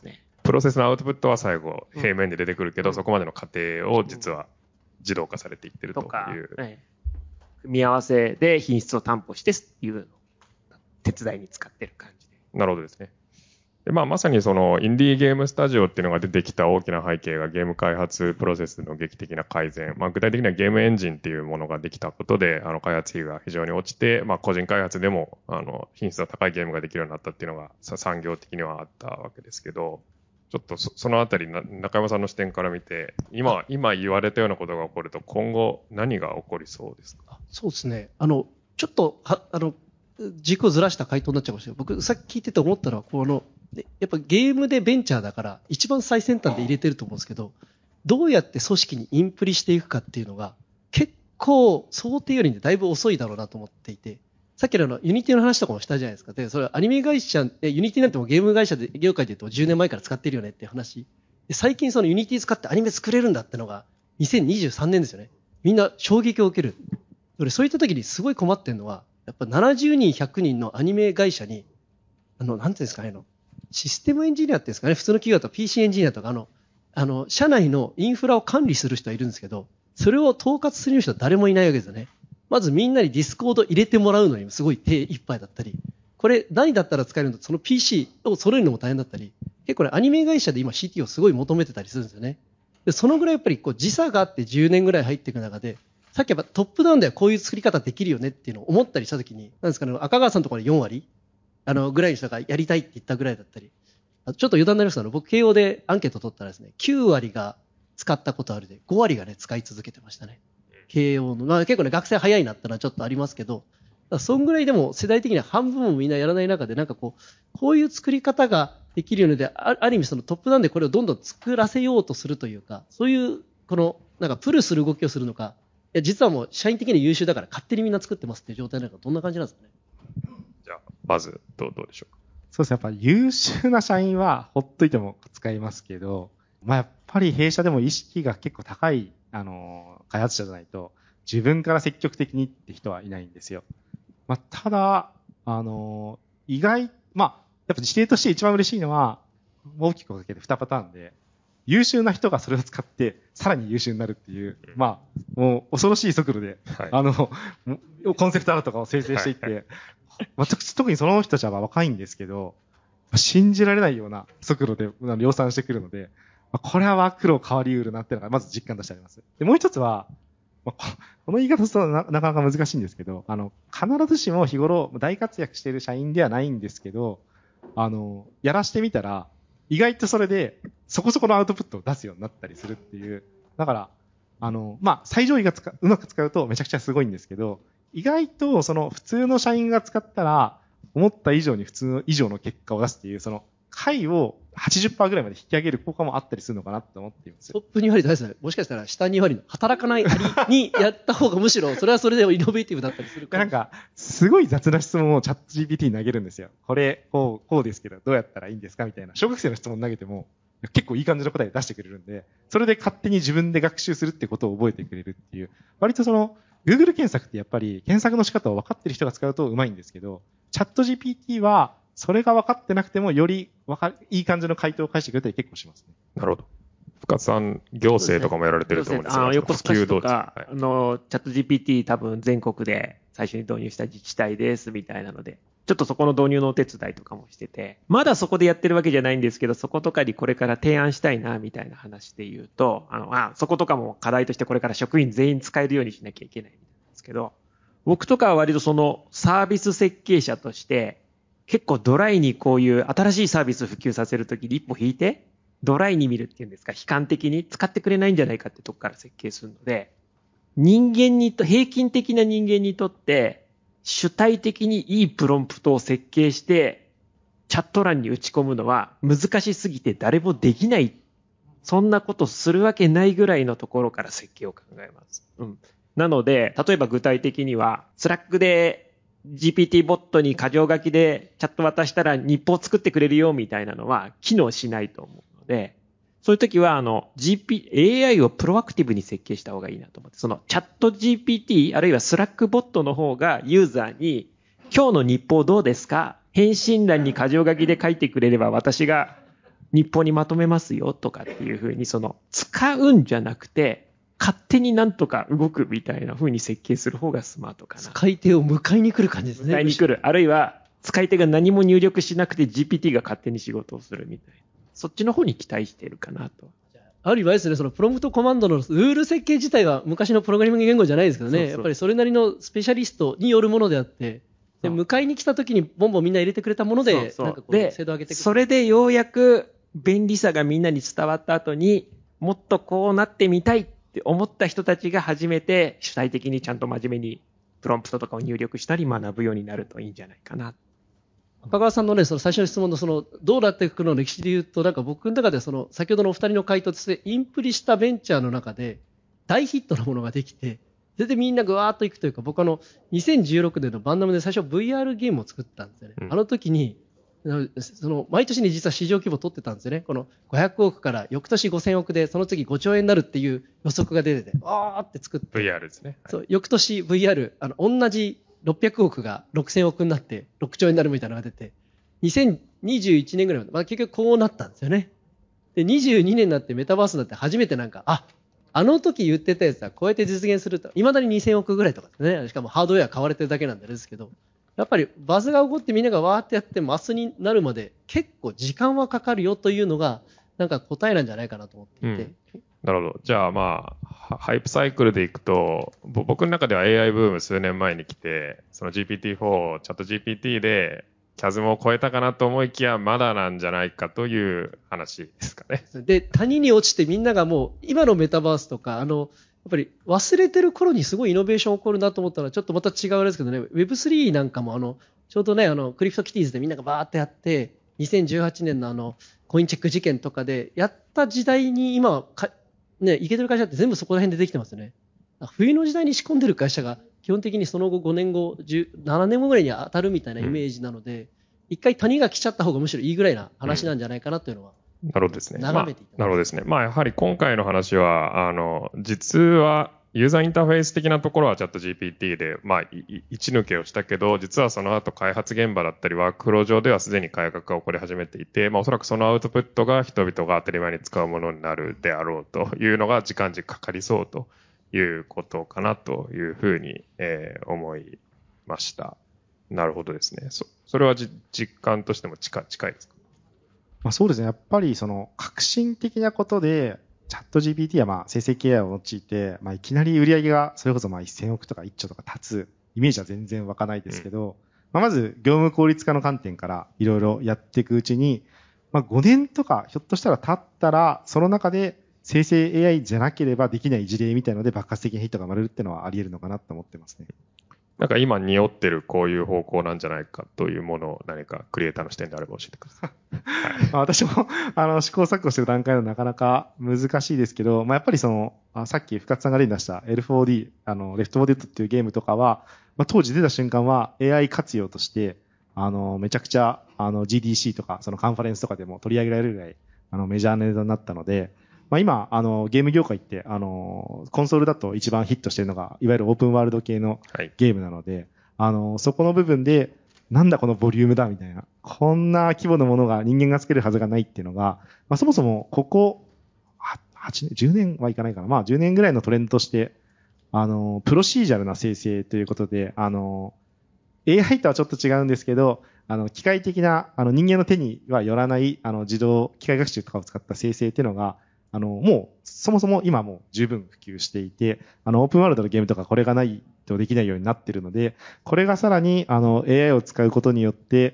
プロセスのアウトプットは最後平面で出てくるけど、 うん、 そこまでの過程を実は自動化されていってるという。 とか、ええ、組み合わせで品質を担保していう手伝いに使ってる感じで。 なるほどですね。で、まあ、まさにそのインディーゲームスタジオっていうのが出てきた大きな背景がゲーム開発プロセスの劇的な改善。まあ、具体的にはゲームエンジンっていうものができたことで、あの、開発費が非常に落ちて、まあ、個人開発でも、あの、品質の高いゲームができるようになったっていうのが産業的にはあったわけですけど、ちょっとそ、そのあたりな、中山さんの視点から見て、今、今言われたようなことが起こると、今後何が起こりそうですか？ そうですね。あの、ちょっと、は、あの、軸をずらした回答になっちゃいましたよ。僕、さっき聞いてて思ったのは、この、やっぱゲームでベンチャーだから、一番最先端で入れてると思うんですけど、どうやって組織にインプリしていくかっていうのが、結構、想定よりだいぶ遅いだろうなと思っていて、さっきのあの、ユニティの話とかもしたじゃないですか。で、それアニメ会社、ユニティなんてもゲーム会社で、業界で言うとじゅうねんまえから使ってるよねっていう話。で、最近そのユニティ使ってアニメ作れるんだってのが、にせんにじゅうさんねんですよね。みんな衝撃を受ける。それ、そういった時にすごい困ってるのは、やっぱななじゅうにん、ひゃくにんのアニメ会社に、あの、なんていうんですかね、あの、システムエンジニアっていうんですかね、普通の企業だと ピーシー エンジニアとか、あの、あの、社内のインフラを管理する人はいるんですけど、それを統括する人は誰もいないわけですよね。まずみんなにディスコード入れてもらうのにすごい手一杯だったり、これ何だったら使えるの？その ピーシー を揃えるのも大変だったり、結構ね、アニメ会社で今 シーティー をすごい求めてたりするんですよね。で、そのぐらいやっぱりこう時差があってじゅうねんぐらい入っていく中で、さっきやっぱトップダウンではこういう作り方できるよねっていうのを思ったりしたときに、なんですかね、赤川さんのところでよんわりあの、ぐらいの人がやりたいって言ったぐらいだったり、ちょっと余談になりますけど、僕、慶応でアンケート取ったらですね、きゅうわりが使ったことあるで、ごわりがね、使い続けてましたね。慶応の。まあ結構ね、学生早いなってのはちょっとありますけど、そんぐらいでも世代的には半分もみんなやらない中で、なんかこう、こういう作り方ができるようで、ある意味そのトップダウンでこれをどんどん作らせようとするというか、そういう、この、なんかプルする動きをするのか、いや、実はもう社員的に優秀だから勝手にみんな作ってますっていう状態なのか、どんな感じなんですかね。 じゃあ、まず、どう、どうでしょうか。 そうですね。やっぱ優秀な社員はほっといても使いますけど、まあやっぱり弊社でも意識が結構高い、あの、開発者じゃないと、自分から積極的にって人はいないんですよ。まあただ、あの、意外、まあ、やっぱ事例として一番嬉しいのは、大きく分けてにパターンで、優秀な人がそれを使って、さらに優秀になるっていう、まあ、もう恐ろしい速度で、はい、あの、コンセプトアートとかを生成していって、はいはい、まあ、特にその人たちは若いんですけど、信じられないような速度で量産してくるので、まあ、これはワークフロー変わり得るなっていうのがまず実感としてあります。で、もう一つは、まあ、この言い方すると な, なかなか難しいんですけど、あの、必ずしも日頃大活躍している社員ではないんですけど、あの、やらしてみたら、意外とそれでそこそこのアウトプットを出すようになったりするっていう。だから、あの、まあ、最上位が使う、うまく使うとめちゃくちゃすごいんですけど、意外とその普通の社員が使ったら、思った以上に普通以上の結果を出すっていう、その回を はちじゅっパーセント ぐらいまで引き上げる効果もあったりするのかなって思っています。 トップに割りですね。もしかしたら下に割りの働かないありにやった方がむしろそれはそれでイノベーティブだったりするかなんか、すごい雑な質問をチャット ジーピーティー に投げるんですよ。これ、こう、こうですけど、どうやったらいいんですかみたいな。小学生の質問投げても、結構いい感じの答え出してくれるんで、それで勝手に自分で学習するってことを覚えてくれるっていう。割とその、Google 検索ってやっぱり検索の仕方を分かってる人が使うとうまいんですけど、チャット ジーピーティー はそれが分かってなくてもより分かいい感じの回答を返してくれたり結構しますね。 なるほど。深津さん、行政とかもやられてると思うんですけど、 あの横須賀市とか、はい、あの、チャット ジーピーティー 多分全国で最初に導入した自治体ですみたいなので、ちょっとそこの導入のお手伝いとかもしてて、まだそこでやってるわけじゃないんですけど、そことかにこれから提案したいなみたいな話で言うと、あの、あ、そことかも課題としてこれから職員全員使えるようにしなきゃいけないんですけど、僕とかは割とそのサービス設計者として、結構ドライにこういう新しいサービスを普及させるときに一歩引いて、ドライに見るっていうんですか、悲観的に使ってくれないんじゃないかってとこから設計するので、人間にと、平均的な人間にとって、主体的にいいプロンプトを設計して、チャット欄に打ち込むのは難しすぎて誰もできない。そんなことするわけないぐらいのところから設計を考えます。うん。なので、例えば具体的には、スラックで ジーピーティー ボットに箇条書きでチャット渡したら日報作ってくれるよみたいなのは機能しないと思うので、そういう時はあの ジーピー、エーアイ をプロアクティブに設計した方がいいなと思って、そのチャット ジーピーティー あるいはスラックボットの方がユーザーに今日の日報どうですか？返信欄に箇条書きで書いてくれれば私が日報にまとめますよとかっていう風に、その、使うんじゃなくて、勝手になんとか動くみたいな風に設計する方がスマートかな。 使い手を迎えに来る感じですね。 迎えに来る。あるいは、使い手が何も入力しなくて ジーピーティー が勝手に仕事をするみたいな。そっちの方に期待しているかなと。 ある意味ですね、そのプロンプトコマンドのルール設計自体は昔のプログラミング言語じゃないですけどね、 そうそうやっぱりそれなりのスペシャリストによるものであって、で迎えに来た時にボンボンみんな入れてくれたもので、 そうそうなんかこうで精度上げていく。 それでようやく便利さがみんなに伝わった後に、もっとこうなってみたいって思った人たちが初めて主体的にちゃんと真面目にプロンプトとかを入力したり学ぶようになるといいんじゃないかな。 赤川さんのね、その最初の質問のその、どうなっていくの歴史で言うと、なんか僕の中でその、先ほどのお二人の回答ですね、インプリしたベンチャーの中で、大ヒットなものができて、それでみんなぐわーっといくというか、僕あの、にせんじゅうろくねんのバンダムで最初 ブイアール ゲームを作ったんですよね。 うん、 あの時に、その、毎年に実は市場規模を取ってたんですよね。このごひゃくおくから翌年ごせんおくで、その次ごちょうえんになるっていう予測が出てて、わーって作って。 ブイアール ですね。 はい、そう、翌年 ブイアール、あの、同じろっぴゃくおくがろくせんおくになってろくちょうえんになるみたいなのが出て、にせんにじゅういちねんぐらいまで、まあ、結局こうなったんですよね。で、にじゅうにねんになってメタバースになって初めてなんか、あ、あの時言ってたやつはこうやって実現すると、未だににせんおくぐらいとかですね。しかもハードウェア買われてるだけなんでですけど、やっぱりバズが起こってみんながわーってやってマスになるまで結構時間はかかるよというのが、なんか答えなんじゃないかなと思っていて。 うん、なるほど。じゃあまあ、ハイプサイクルでいくと、僕の中では エーアイ ブーム数年前に来て、その ジーピーティーフォー、チャット ジーピーティー で、キャズムを超えたかなと思いきや、まだなんじゃないかという話ですかね。 で、谷に落ちてみんながもう、今のメタバースとか、あの、やっぱり忘れてる頃にすごいイノベーション起こるなと思ったら、ちょっとまた違うあれですけどね、ウェブスリー なんかもあの、ちょうどね、あの、クリプトキティーズでみんながバーってやって、にせんじゅうはちねんのあの、コインチェック事件とかで、やった時代に今か、ね、いけてる会社って全部そこら辺でできてますよね。冬の時代に仕込んでる会社が、基本的にその後ごねんご、じゅうななねんごぐらいに当たるみたいなイメージなので、うん一回谷が来ちゃった方がむしろいいぐらいな話なんじゃないかなというのは、 うん、なるほどですね。 眺めていた、 まあ、なるほどですね。まあやはり今回の話は、あの、実はユーザーインターフェース的なところはチャット ジーピーティー で、まあ、一抜けをしたけど、実はその後開発現場だったりワークフロー上ではすでに改革が起こり始めていて、まあおそらくそのアウトプットが人々が当たり前に使うものになるであろうというのが時間軸かかりそうということかなというふうに、えー、思いました。なるほどですね。そ、それはじ実感としても近い、近いですか？ まあ、そうですね。やっぱりその革新的なことで、チャット ジーピーティー はまあ生成 エーアイ を用いて、まあ、いきなり売り上げがそれこそまあせんおくとかいっちょうとか立つイメージは全然湧かないですけど、うんまあ、まず業務効率化の観点からいろいろやっていくうちに、まあ、ごねんとかひょっとしたら経ったら、その中で生成 エーアイ じゃなければできない事例みたいので爆発的なヒットが生まれるっていうのはあり得るのかなと思ってますね。 なんか今匂ってるこういう方向なんじゃないかというものを何かクリエイターの視点であれば教えてください。はい、 まあ私もあの試行錯誤してる段階はなかなか難しいですけど、まあやっぱりその、あさっき深津さんが例に出した エルフォーディー、あの、レフトフォーデッドっていうゲームとかは、まあ当時出た瞬間は エーアイ 活用として、あの、めちゃくちゃ、あの ジーディーシー とかそのカンファレンスとかでも取り上げられるぐらい、あのメジャーなネタになったので、まあ、今、あの、ゲーム業界って、あの、コンソールだと一番ヒットしてるのが、いわゆるオープンワールド系のゲームなので、はい、あの、そこの部分で、なんだこのボリュームだみたいな。こんな規模のものが人間が作れるはずがないっていうのが、まあ、そもそもここ、はちねん、じゅうねんはいかないかな。まあじゅうねんぐらいのトレンドとして、あの、プロシージャルな生成ということで、あの、エーアイ とはちょっと違うんですけど、あの、機械的な、あの、人間の手にはよらない、あの、自動、機械学習とかを使った生成っていうのが、あの、もう、そもそも今もう十分普及していて、あの、オープンワールドのゲームとかこれがないとできないようになっているので、これがさらに、あの、エーアイ を使うことによって、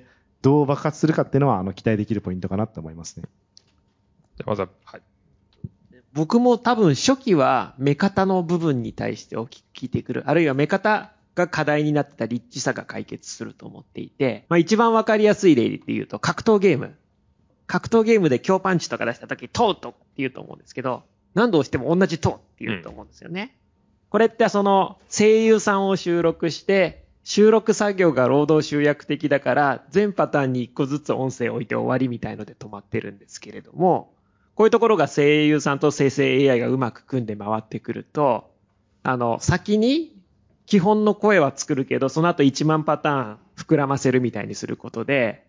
どう爆発するかっていうのは、あの、期待できるポイントかなと思いますね。 じゃあまずは、はい。 僕も多分初期は目方の部分に対して聞いてくる。あるいは目方が課題になってたリッチさが解決すると思っていて、まあ一番わかりやすい例で言うと格闘ゲーム。格闘ゲームで強パンチとか出した時、トートって言うと思うんですけど、何度押しても同じトーって言うと思うんですよね。うん、これってその声優さんを収録して、収録作業が労働集約的だから、全パターンに一個ずつ音声を置いて終わりみたいので止まってるんですけれども、こういうところが声優さんと生成 エーアイ がうまく組んで回ってくると、あの、先に基本の声は作るけど、その後いちまんパターン膨らませるみたいにすることで、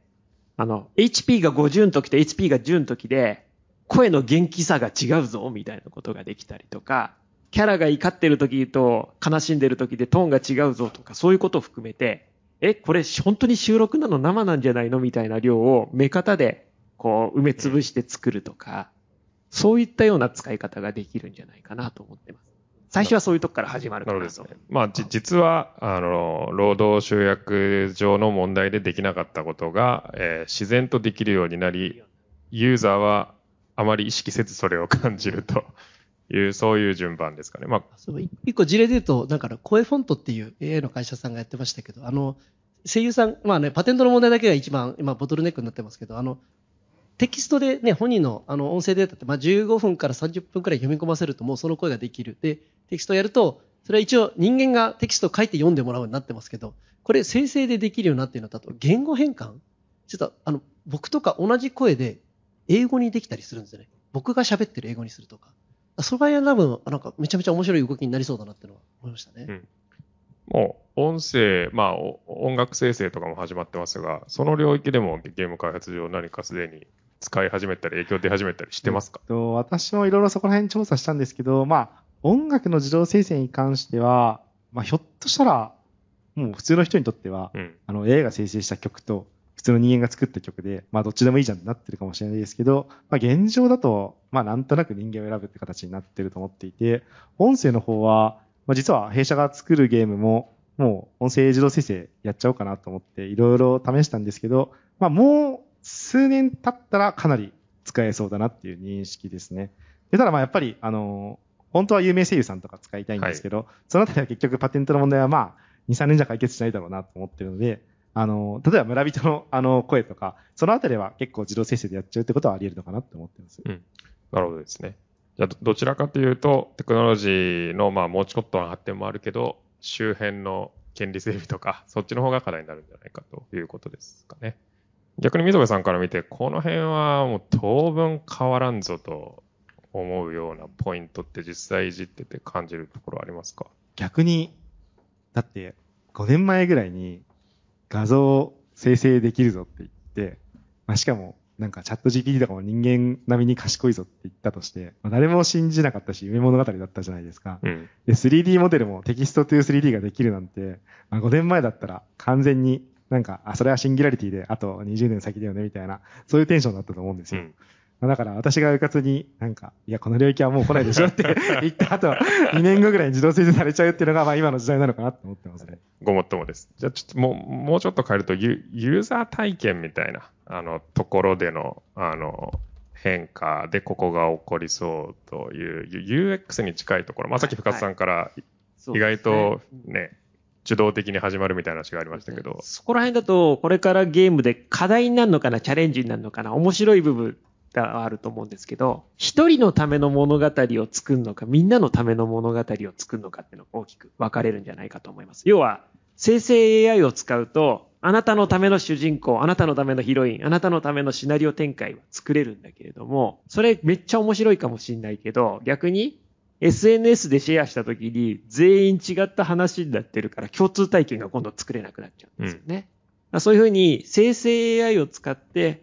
あの、エイチピー がごじゅうの時と エイチピー がじゅうの時で、声の元気さが違うぞ、みたいなことができたりとか、キャラが怒ってる時と悲しんでる時でトーンが違うぞとか、そういうことを含めて、え、これ本当に収録なの生なんじゃないのみたいな量を目方でこう埋めつぶして作るとか、そういったような使い方ができるんじゃないかなと思ってます。最初はそういうとこから始まるかなと。 なるほどですね。まあ、じ、実は、あの、労働集約上の問題でできなかったことが、えー自然とできるようになり、ユーザーはあまり意識せずそれを感じるという、そういう順番ですかね。まあ、 そう一個事例で言うと、なんか声フォントっていう エーアイ の会社さんがやってましたけど、あの、声優さん、まあね、パテントの問題だけが一番、今、ボトルネックになってますけど、あの、テキストでね、本人のあの音声データって、まあ、じゅうごふんからさんじゅっぷんくらい読み込ませると、もうその声ができる。で、テキストをやると、それは一応人間がテキストを書いて読んでもらうようになってますけど、これ生成でできるようになっているのだと、言語変換ちょっと、あの、僕とか同じ声で英語にできたりするんですよね。僕が喋ってる英語にするとか。それは多分、なんかめちゃめちゃ面白い動きになりそうだなっていうのは思いましたね。 うん。もう、音声、まあ、お音楽生成とかも始まってますが、その領域でもゲーム開発上何かすでに使い始めたり、影響出始めたりしてますか？ えっと、私もいろいろそこら辺調査したんですけど、まあ、音楽の自動生成に関しては、まあ、ひょっとしたら、もう普通の人にとっては、 うん。 あの、エーアイ が生成した曲と、普通の人間が作った曲で、まあ、どっちでもいいじゃんってなってるかもしれないですけど、まあ、現状だと、まあ、なんとなく人間を選ぶって形になってると思っていて、音声の方は、まあ、実は弊社が作るゲームも、もう音声自動生成やっちゃおうかなと思って、いろいろ試したんですけど、まあ、もう数年経ったらかなり使えそうだなっていう認識ですね。で、ただまあやっぱり、あの、本当は有名声優さんとか使いたいんですけど、そのあたりは結局パテントの問題はまあ、に、さんねんじゃ解決しないだろうなと思ってるので、あの、例えば村人のあの声とか、そのあたりは結構自動生成でやっちゃうってことはあり得るのかなと思ってます。 うん。なるほどですね。じゃあ、どどちらかというと、テクノロジーの、まあ、もうちょっとの発展もあるけど、周辺の権利整備とか、そっちの方が課題になるんじゃないかということですかね。逆に溝部さんから見て、この辺はもう当分変わらんぞと思うようなポイントって実際いじってて感じるところありますか？ 逆に、だってごねんまえぐらいに画像生成できるぞって言って、まあ、しかもなんかチャット ジーピーティー とかも人間並みに賢いぞって言ったとして、まあ、誰も信じなかったし夢物語だったじゃないですか。 うん。 で、スリーディー モデルもテキスト to スリーディー ができるなんて、まあ、ごねんまえだったら完全になんか、あ、それはシンギュラリティであとにじゅうねん先だよねみたいな、そういうテンションだったと思うんですよ。 うん。 だから私がうかつになんか、いや、この領域はもう来ないでしょって言った後、にねんごぐらいに自動生成されちゃうっていうのが、まあ今の時代なのかなと思ってますね。 ごもっともです。じゃあちょっともう、もうちょっと変えるとユ、ユーザー体験みたいな、あの、ところでの、あの、変化でここが起こりそうという、ユーエックス に近いところ、まあさっき深津さんから意外とね、受動的に始まるみたいな話がありましたけど。 そこら辺だと、これからゲームで課題になるのかな、チャレンジになるのかな、面白い部分があると思うんですけど、一人のための物語を作るのか、みんなのための物語を作るのかっていうのが大きく分かれるんじゃないかと思います。要は、生成 エーアイ を使うと、あなたのための主人公、あなたのためのヒロイン、あなたのためのシナリオ展開は作れるんだけれども、それめっちゃ面白いかもしれないけど、逆に エスエヌエス でシェアした時に全員違った話になってるから共通体験が今度作れなくなっちゃうんですよね。うん、そういうふうに生成 エーアイ を使って、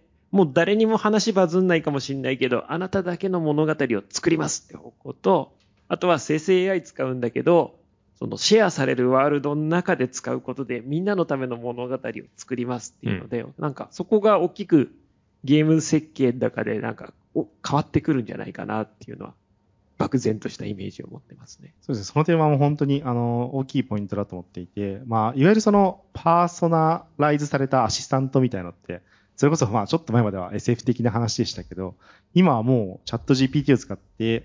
もう誰にも話バズんないかもしれないけど、あなただけの物語を作りますって方向と、あとは生成 エーアイ 使うんだけど、そのシェアされるワールドの中で使うことでみんなのための物語を作りますっていうので、うん、なんかそこが大きくゲーム設計の中でなんか変わってくるんじゃないかなっていうのは漠然としたイメージを持ってますね。 そうです。その点はもう本当にあの大きいポイントだと思っていて、まあいわゆるそのパーソナライズされたアシスタントみたいなのって、それこそまあちょっと前までは エスエフ 的な話でしたけど、今はもうチャット ジーピーティー を使って、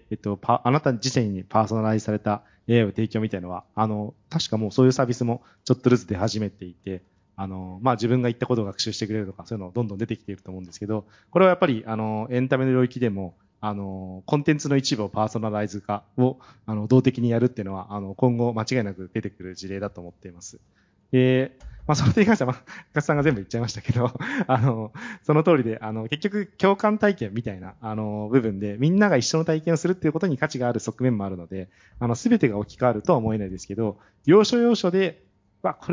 えっと、パあなた自身にパーソナライズされた エーアイ を提供みたいなのは、あの、確かもうそういうサービスもちょっとずつ出始めていて、あの、まあ自分が言ったことを学習してくれるとか、そういうのどんどん出てきていると思うんですけど、これはやっぱりあの、エンタメの領域でも、あの、コンテンツの一部をパーソナライズ化を、あの、動的にやるっていうのは、あの、今後間違いなく出てくる事例だと思っています。で、まあ、その点に関しては、まあ、深津さんが全部言っちゃいましたけど、あの、その通りで、あの、結局、共感体験みたいな、あの、部分で、みんなが一緒の体験をするっていうことに価値がある側面もあるので、あの、すべてが置き換わるとは思えないですけど、要所要所で、まあ、これは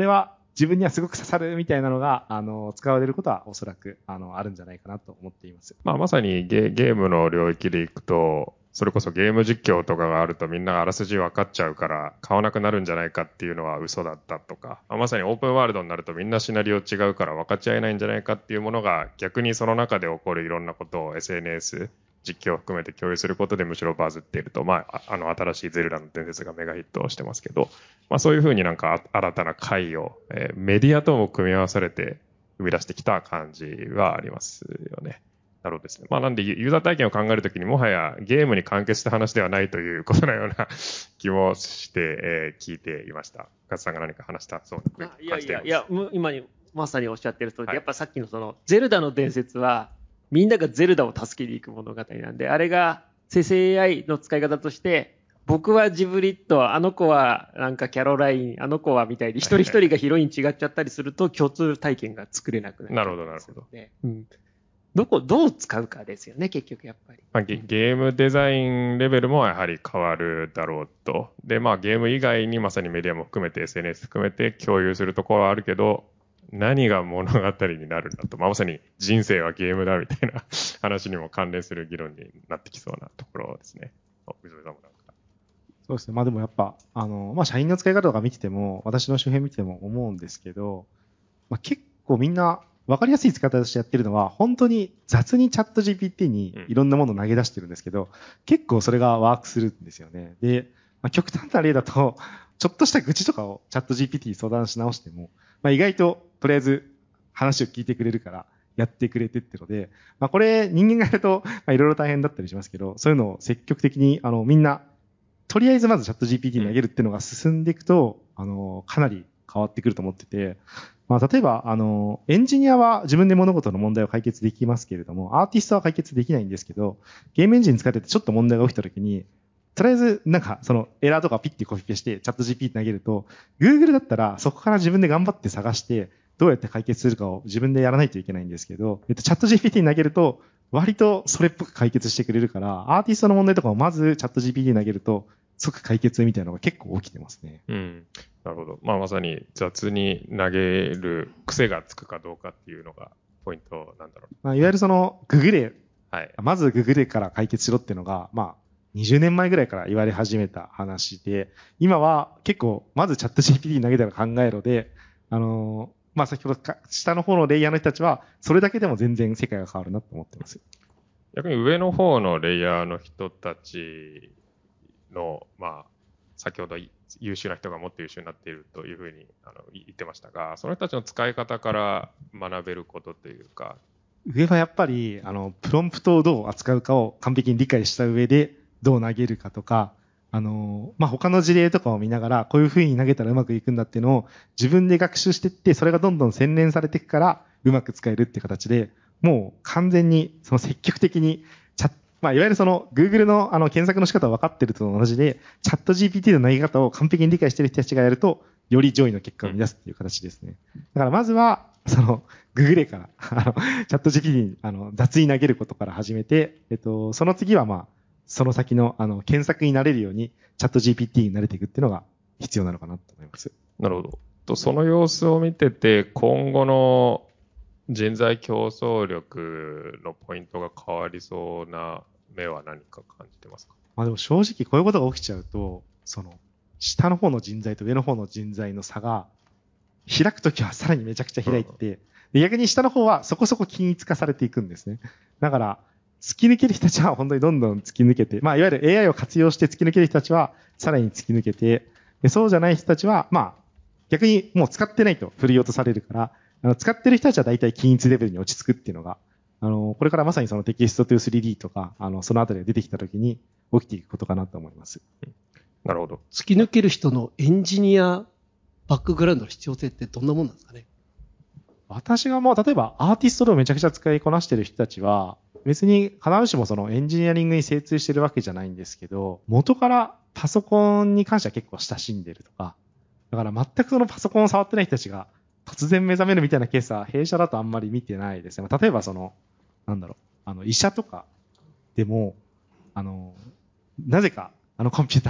自分にはすごく刺さるみたいなのが、あの、使われることはおそらく、あの、あるんじゃないかなと思っています。 まあ、まさにゲ、ゲームの領域でいくと、それこそゲーム実況とかがあるとみんなあらすじ分かっちゃうから買わなくなるんじゃないかっていうのは嘘だったとか、まあ、まさにオープンワールドになるとみんなシナリオ違うから分かっちゃいないんじゃないかっていうものが逆にその中で起こるいろんなことを エスエヌエス、実況を含めて共有することでむしろバズっていると、まあ、あの新しいゼルダの伝説がメガヒットをしてますけど、まあそういうふうになんか新たな回を、えー、メディアとも組み合わされて生み出してきた感じはありますよね。なるほどですね。まあなんでユーザー体験を考えるときにもはやゲームに関係した話ではないということのような気もして、えー、聞いていました。ガツさんが何か話したそうな感じいやいやいや、 ます。 今にまさにおっしゃってる通りで、 はい、 やっぱさっきのそのゼルダの伝説はみんながゼルダを助けに行く物語なんで、あれが生成 エーアイ の使い方として、僕はジブリッド、あの子はなんかキャロライン、あの子はみたいに一人一人がヒロイン違っちゃったりすると共通体験が作れなくなっちゃう。 なるほどなるほど。 うん。どこ、どう使うかですよね、結局やっぱり。 まあ、ゲ, ゲームデザインレベルもやはり変わるだろうと。で、まあゲーム以外にまさにメディアも含めて エスエヌエス 含めて共有するところはあるけど、何が物語になるんだと。まあまさに人生はゲームだみたいな話にも関連する議論になってきそうなところですね。藤部さんもなんか。 そうですね。まあでもやっぱ、あの、まあ社員の使い方とか見てても、私の周辺見てても思うんですけど、まあ結構みんな、わかりやすい使い方としてやってるのは、本当に雑にチャット ジーピーティー にいろんなものを投げ出してるんですけど、うん、結構それがワークするんですよね。で、まあ、極端な例だと、ちょっとした愚痴とかをチャット ジーピーティー に相談し直しても、まあ、意外ととりあえず話を聞いてくれるからやってくれてってので、まあ、これ人間がやるといろいろ大変だったりしますけど、そういうのを積極的にあのみんな、とりあえずまずチャット ジーピーティー に投げるっていうのが進んでいくと、あの、かなり変わってくると思ってて、まあ、例えば、あの、エンジニアは自分で物事の問題を解決できますけれども、アーティストは解決できないんですけど、ゲームエンジン使っててちょっと問題が起きたときに、とりあえず、なんか、その、エラーとかピッてコピペして、チャット ジーピーティー 投げると、Google だったら、そこから自分で頑張って探して、どうやって解決するかを自分でやらないといけないんですけど、えっと、チャット ジーピーティー に投げると、割とそれっぽく解決してくれるから、アーティストの問題とかをまずチャット ジーピーティー に投げると、即解決みたいなのが結構起きてますね。 うん。なるほど。まあまさに雑に投げる癖がつくかどうかっていうのがポイントなんだろう。 まあ、いわゆるその、ググれ、 はい。 まずググれから解決しろっていうのが、まあ、にじゅうねんまえぐらいから言われ始めた話で、今は結構、まずチャット ジーピーティー に投げたら考えろで、あのー、まあ先ほどか、下の方のレイヤーの人たちは、それだけでも全然世界が変わるなと思ってます。 逆に上の方のレイヤーの人たちの、まあ、先ほど優秀な人がもっと優秀になっているというふうにあの言ってましたが、その人たちの使い方から学べることというか。 上はやっぱり、あの、プロンプトをどう扱うかを完璧に理解した上で、どう投げるかとか、あの、まあ、他の事例とかを見ながら、こういうふうに投げたらうまくいくんだっていうのを自分で学習していって、それがどんどん洗練されていくから、うまく使えるっていう形で、もう完全に、その積極的に、チャッまあ、いわゆるその Google のあの検索の仕方を分かっていると同じで、チャット ジーピーティー の投げ方を完璧に理解している人たちがやると、より上位の結果を生み出すっていう形ですね。だからまずは、その、ググれから、あの、チャット ジーピーティー にあの雑に投げることから始めて、えっと、その次はまあ、その先のあの、検索になれるように、チャット ジーピーティー に慣れていくっていうのが必要なのかなと思います。 なるほど。と、その様子を見てて、今後の人材競争力のポイントが変わりそうな目は何か感じてますか？ まあでも正直こういうことが起きちゃうと、その、下の方の人材と上の方の人材の差が、開くときはさらにめちゃくちゃ開いてて、で逆に下の方はそこそこ均一化されていくんですね。だから、突き抜ける人たちは本当にどんどん突き抜けて、まあいわゆる エーアイ を活用して突き抜ける人たちはさらに突き抜けて、でそうじゃない人たちは、まあ、逆にもう使ってないと振り落とされるから、あの使ってる人たちは大体均一レベルに落ち着くっていうのが、あの、これからまさにそのテキスト トゥ スリーディー とか、あの、そのあたりが出てきたときに起きていくことかなと思います。 なるほど。 突き抜ける人のエンジニアバックグラウンドの必要性ってどんなもんなんですかね？ 私がもう、例えばアーティストをめちゃくちゃ使いこなしてる人たちは、別に必ずしもそのエンジニアリングに精通してるわけじゃないんですけど、元からパソコンに関しては結構親しんでるとか、だから全くそのパソコンを触ってない人たちが突然目覚めるみたいなケースは弊社だとあんまり見てないですね。例えばその、なんだろう、あの医者とかでも、あの、なぜかあのコンピューター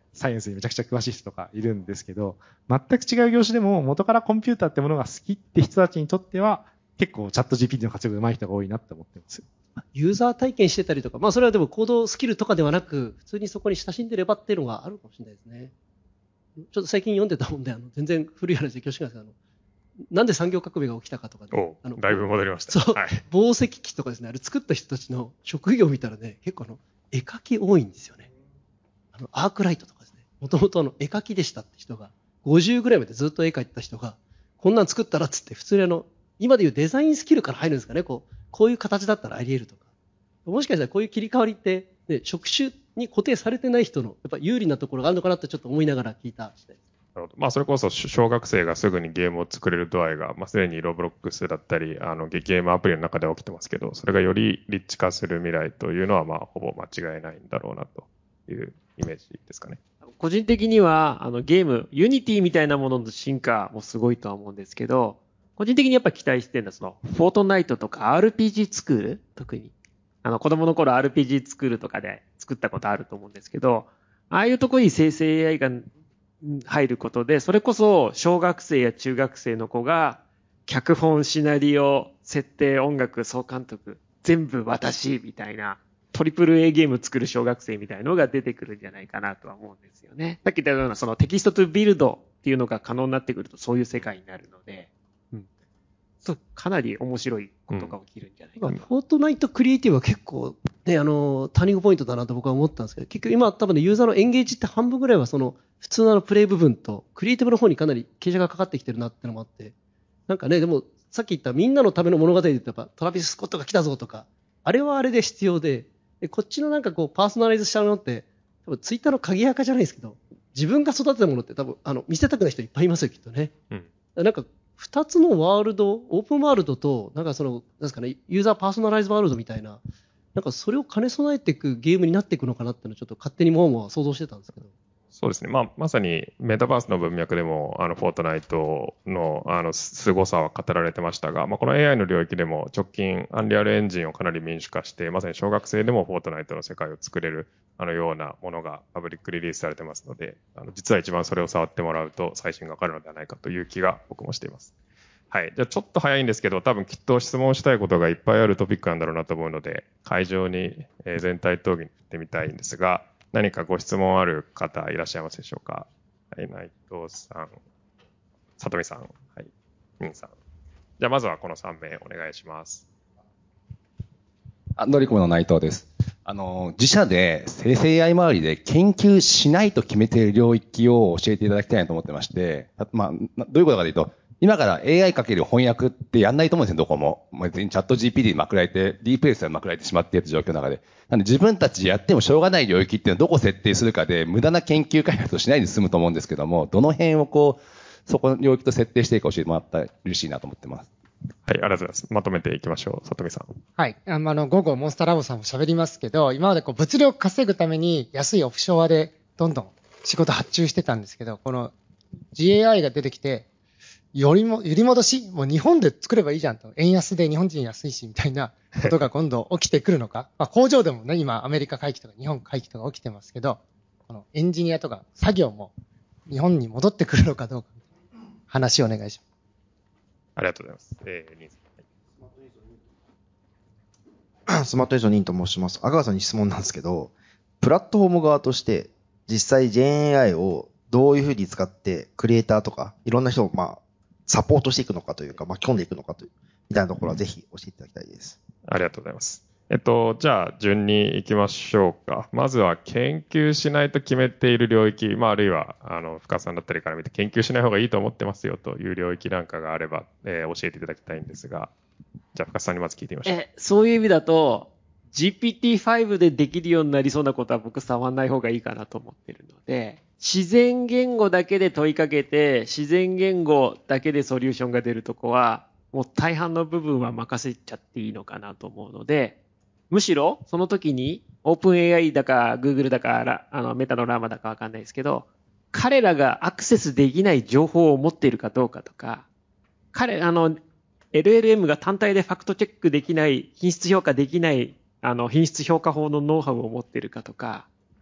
サイエンスにめちゃくちゃ詳しい人とかいるんですけど、全く違う業種でも元からコンピューターってものが好きって人たちにとっては、結構チャット ジーピーティー の活用が上手い人が多いなって思ってます。 ユーザー体験してたりとか、まあそれはでもコードスキルとかではなく、普通にそこに親しんでればっていうのがあるかもしれないですね。ちょっと最近読んでた本で、あの、全然古い話で恐縮なんですけど、あの、なんで産業革命が起きたかとかで、 おあのだいぶ戻りました。 そう、 はい、 紡績機とかですね、あれ作った人たちの職業を見たらね、結構あの、絵描き多いんですよね。あの、アークライトとかですね、もともとあの、絵描きでしたって人が、ごじゅうぐらいまでずっと絵描いてた人が、こんなん作ったらっつって、普通にあの、今でいうデザインスキルから入るんですかね、こう、こういう形だったらあり得るとか。もしかしたらこういう切り替わりって、ね、職種に固定されてない人の、やっぱ有利なところがあるのかなってちょっと思いながら聞いた次第です。 なるほど。まあ、それこそ小学生がすぐにゲームを作れる度合いが、まあ、すでにロブロックスだったり、あの、ゲームアプリの中で起きてますけど、それがよりリッチ化する未来というのは、まあ、ほぼ間違いないんだろうなというイメージですかね。 個人的には、あの、ゲーム、ユニティみたいなものの進化もすごいとは思うんですけど、個人的にやっぱ期待してるのは、その、フォートナイトとか アールピージー スクール特に。あの、子供の頃 アールピージー スクールとかで作ったことあると思うんですけど、ああいうところに生成 エーアイ が入ることで、それこそ小学生や中学生の子が、脚本、シナリオ、設定、音楽、総監督、全部私みたいな、トリプル A ゲーム作る小学生みたいのが出てくるんじゃないかなとは思うんですよね。さっき言ったようなそのテキストトゥビルドっていうのが可能になってくるとそういう世界になるので、うん、そうかなり面白いことが起きるんじゃないかと。 うん、フォートナイトクリエイティブは結構ね、あの、ターニングポイントだなと僕は思ったんですけど、結局今多分ね、ユーザーのエンゲージって半分ぐらいはその普通のプレイ部分とクリエイティブの方にかなり傾斜がかかってきてるなってのもあって、なんかね、でもさっき言ったみんなのための物語で言うとやっぱトラビス・スコットが来たぞとか、あれはあれで必要で、でこっちのなんかこうパーソナライズしたのって、多分ツイッターの鍵垢じゃないですけど、自分が育てたものって多分あの見せたくない人いっぱいいますよ、きっとね。 うん、 なんか二つのワールド、オープンワールドと、なんかその、なんですかね、ユーザーパーソナライズワールドみたいな、なんかそれを兼ね備えていくゲームになっていくのかなっていうのをちょっと勝手にもうもう想像してたんですけど。 そうですね。まあ、まさにメタバースの文脈でも、あの、フォートナイトの、あの、凄さは語られてましたが、まあ、この エーアイ の領域でも直近、アンリアルエンジンをかなり民主化して、まさに小学生でもフォートナイトの世界を作れる、あのようなものがパブリックリリースされてますので、あの、実は一番それを触ってもらうと、最新がわかるのではないかという気が僕もしています。はい。じゃあちょっと早いんですけど、多分きっと質問したいことがいっぱいあるトピックなんだろうなと思うので、会場に、えー、全体討議に振ってみたいんですが、何かご質問ある方いらっしゃいますでしょうか。はい、内藤さん、里見さん、はい、任さん。じゃあまずはこのさん名お願いします。 あ、ノリコムの内藤です。あの、自社で生成 エーアイ 周りで研究しないと決めている領域を教えていただきたいなと思ってまして、まあ、どういうことかというと、今から エーアイ かける翻訳ってやんないと思うんですよ、どこも。もう別にチャット ジーピーティー にまくられて、ディープレイスでまくられてしまっている状況の中で。なんで自分たちやってもしょうがない領域っていうのはどこ設定するかで、無駄な研究開発をしないで済むと思うんですけども、どの辺をこう、そこの領域と設定していくか教えてもらったら嬉しいなと思ってます。 はい、ありがとうございます。まとめていきましょう。里見さん。 はい。あの、午後、モンスターラボさんも喋りますけど、今までこう物量稼ぐために安いオフショアでどんどん仕事発注してたんですけど、この ジーエーアイ が出てきて、よりも、揺り戻しもう日本で作ればいいじゃんと。円安で日本人安いし、みたいなことが今度起きてくるのか。まあ工場でもね、今アメリカ回帰とか日本回帰とか起きてますけど、このエンジニアとか作業も日本に戻ってくるのかどうか、話をお願いします。 ありがとうございます。えー、ニーズ。 スマートエイジのニンと申します。阿川さんに質問なんですけど、プラットフォーム側として実際 ジェンエーアイ をどういうふうに使ってクリエイターとかいろんな人をまあサポートしていくのかというか巻き込んでいくのかというみたいなところはぜひ教えていただきたいです。 ありがとうございます。えっと、じゃあ順に行きましょうか。まずは研究しないと決めている領域、まああるいはあの深さんだったりから見て研究しない方がいいと思ってますよという領域なんかがあれば、えー、教えていただきたいんですが、じゃあ深さんにまず聞いてみましょう。 え、そういう意味だと ジーピーティーファイブ でできるようになりそうなことは僕触んない方がいいかなと思ってるので、自然言語だけで問いかけて、自然言語だけでソリューションが出るとこは、もう大半の部分は任せちゃっていいのかなと思うので、むしろその時にオープン エーアイ だか Google だかあのメタのラーマだかわかんないですけど、彼らがアクセスできない情報を持っているかどうかとか、彼、あの、エルエルエム が単体でファクトチェックできない、品質評価できない、あの、品質評価法のノウハウを持っているかとか、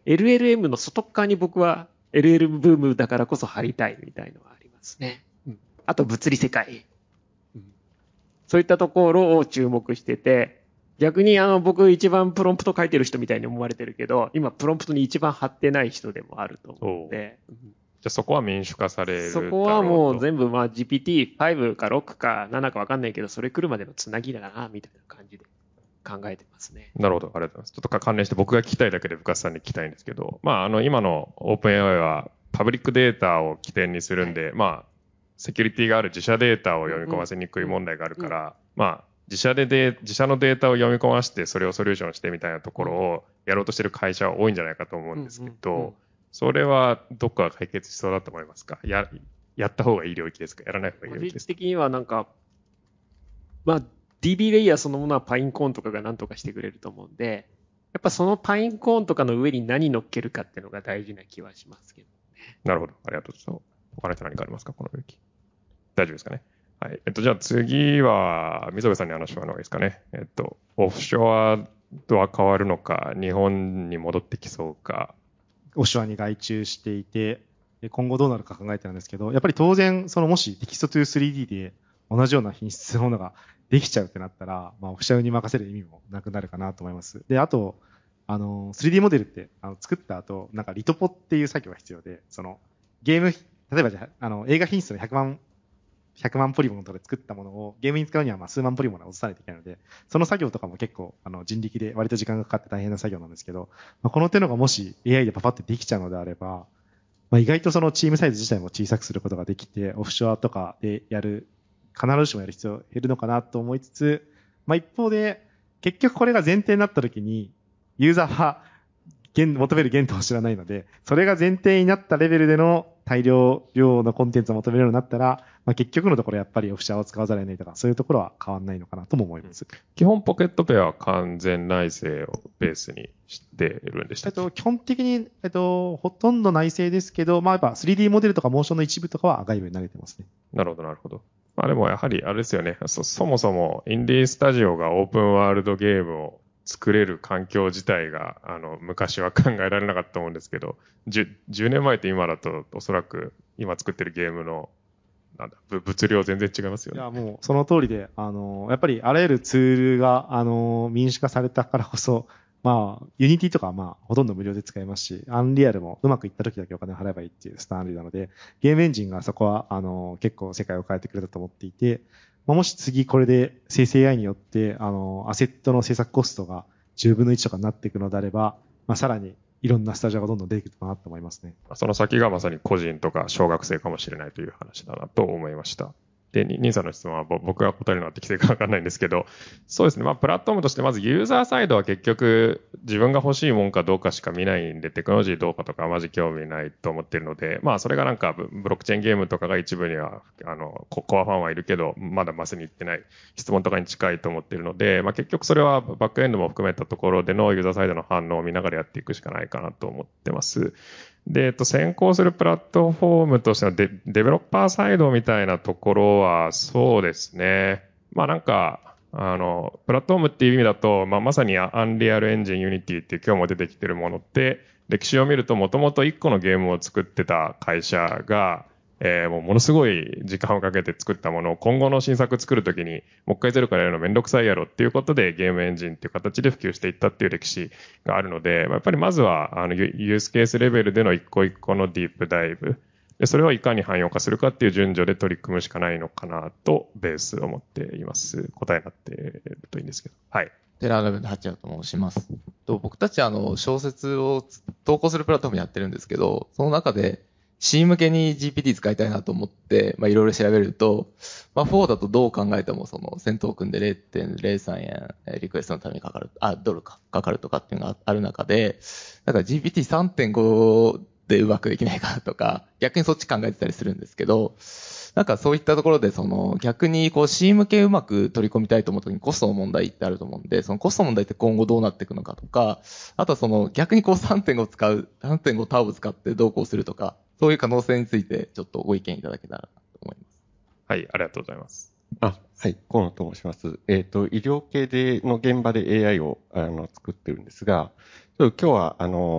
エルエルエム の外側に僕は エルエル ブームだからこそ貼りたいみたいのはありますね。うん、あと物理世界、うん。そういったところを注目してて、逆にあの僕一番プロンプト書いてる人みたいに思われてるけど、今プロンプトに一番貼ってない人でもあると思うんで。じゃあそこは民主化されるだろうと。 そこはもう全部まあ ジーピーティーファイブ かろくかななかわかんないけど、それ来るまでのつなぎだな、みたいな感じで考えてますね。 なるほど。ありがとうございます。ちょっと関連して僕が聞きたいだけで深津さんに聞きたいんですけど、まああの今のオープンエーアイはパブリックデータを起点にするんで、はい、まあセキュリティがある自社データを読み込ませにくい問題があるから、うんうん、まあ自社でで、自社のデータを読み込ませて、それをソリューションしてみたいなところをやろうとしてる会社は多いんじゃないかと思うんですけど、うんうんうん、それはどっか解決しそうだと思いますか？や、やった方がいい領域ですか？やらない方がいい領域ですか？ 個人的にはなんか、まあ、ディービー レイヤーそのものはパインコーンとかが何とかしてくれると思うんで、やっぱそのパインコーンとかの上に何乗っけるかっていうのが大事な気はしますけどね。 なるほど。ありがとうございます。他の人何かありますか？この領域。大丈夫ですかね？はい。えっと、じゃあ次は、溝部さんに話してもらうのがいいですかね。えっと、オフショアとは変わるのか、日本に戻ってきそうか。 オフショアに外注していて、今後どうなるか考えてるんですけど、やっぱり当然、そのもしテキストトゥースリーディー で同じような品質のものができちゃうってなったら、まあ、オフショアに任せる意味もなくなるかなと思います。で、あと、あの、スリーディー モデルってあの作った後、なんかリトポっていう作業が必要で、その、ゲーム、例えばじゃあ、あの、映画品質のひゃくまん、ひゃくまんポリゴンとかで作ったものをゲームに使うにはまあ数万ポリゴンで落とさないといけないので、その作業とかも結構あの人力で割と時間がかかって大変な作業なんですけど、まあ、この手のがもし エーアイ でパパってできちゃうのであれば、まあ、意外とそのチームサイズ自体も小さくすることができて、オフショアとかでやる、必ずしもやる必要減るのかなと思いつつ、まあ一方で、結局これが前提になった時に、ユーザーは求める限度を知らないので、それが前提になったレベルでの大量量のコンテンツを求めるようになったら、まあ、結局のところやっぱりオフシャーを使わざるを得ないとか、そういうところは変わらないのかなとも思います。 基本ポケットペアは完全内製をベースにしているんでしたっけ？ えっと、基本的に、えっと、ほとんど内製ですけど、まあやっぱ スリーディー モデルとかモーションの一部とかは外部に投げてますね。 なるほど、なるほど。まあでもやはりあれですよね。そ、そもそもインディースタジオがオープンワールドゲームを作れる環境自体が、あの、昔は考えられなかったと思うんですけど、じゅうねんまえと今だと、おそらく今作ってるゲームの、なんだ、物量全然違いますよね。 いや、もうその通りで、あの、やっぱりあらゆるツールが、あの、民主化されたからこそ、まあ、ユニティとかはまあ、ほとんど無料で使えますし、アンリアルもうまくいった時だけお金を払えばいいっていうスタンダードなので、ゲームエンジンがそこは、あの、結構世界を変えてくれたと思っていて、まあ、もし次これで生成 エーアイ によって、あの、アセットの制作コストがじゅうぶんのいちとかになっていくのであれば、まあ、さらにいろんなスタジオがどんどん出てくるかなと思いますね。 その先がまさに個人とか小学生かもしれないという話だなと思いました。で、ニンさんの質問は僕が答えるのは適正かわかんないんですけど、そうですね。まあ、プラットフォームとしてまずユーザーサイドは結局自分が欲しいもんかどうかしか見ないんで、テクノロジーどうかとかマジ興味ないと思ってるので、まあ、それがなんかブロックチェーンゲームとかが一部には、あの、コアファンはいるけど、まだマスに行ってない質問とかに近いと思ってるので、まあ、結局それはバックエンドも含めたところでのユーザーサイドの反応を見ながらやっていくしかないかなと思ってます。で、えっと、先行するプラットフォームとしてのデ、デベロッパーサイドみたいなところは、そうですね。まあなんか、あの、プラットフォームっていう意味だと、まあまさにアンリアルエンジンユニティっていう今日も出てきてるものって、歴史を見るともともといっこのゲームを作ってた会社が、えー、もうものすごい時間をかけて作ったものを今後の新作作るときにもう一回ゼロからやるのめんどくさいやろっていうことでゲームエンジンっていう形で普及していったっていう歴史があるので、やっぱりまずはあのユースケースレベルでの一個一個のディープダイブで、それをいかに汎用化するかっていう順序で取り組むしかないのかなとベース思っています。答えになっているといいんですけど。はい。 テララブの八谷と申します。と僕たちあの小説を投稿するプラットフォームやってるんですけど、その中でC 向けに ジーピーティー 使いたいなと思って、まあいろいろ調べると、まあフォーだとどう考えてもその戦闘組で れいてんれいさんえんリクエストのためにかかる、あ、ドルか、かかるとかっていうのがある中で、だから ジーピーティーさんてんご でうまくできないかとか、逆にそっち考えてたりするんですけど、なんかそういったところでその逆にこう C 向けうまく取り込みたいと思った時にコストの問題ってあると思うんで、そのコストの問題って今後どうなっていくのかとか、あとはその逆にこう さんてんご 使う、さんてんご ターボ使ってどうこうするとか、そういう可能性についてちょっとご意見いただけたらと思います。 はい、ありがとうございます。 あ、はい、河野と申します。えっと、医療系での現場で エーアイ をあの作ってるんですが、今日はあの、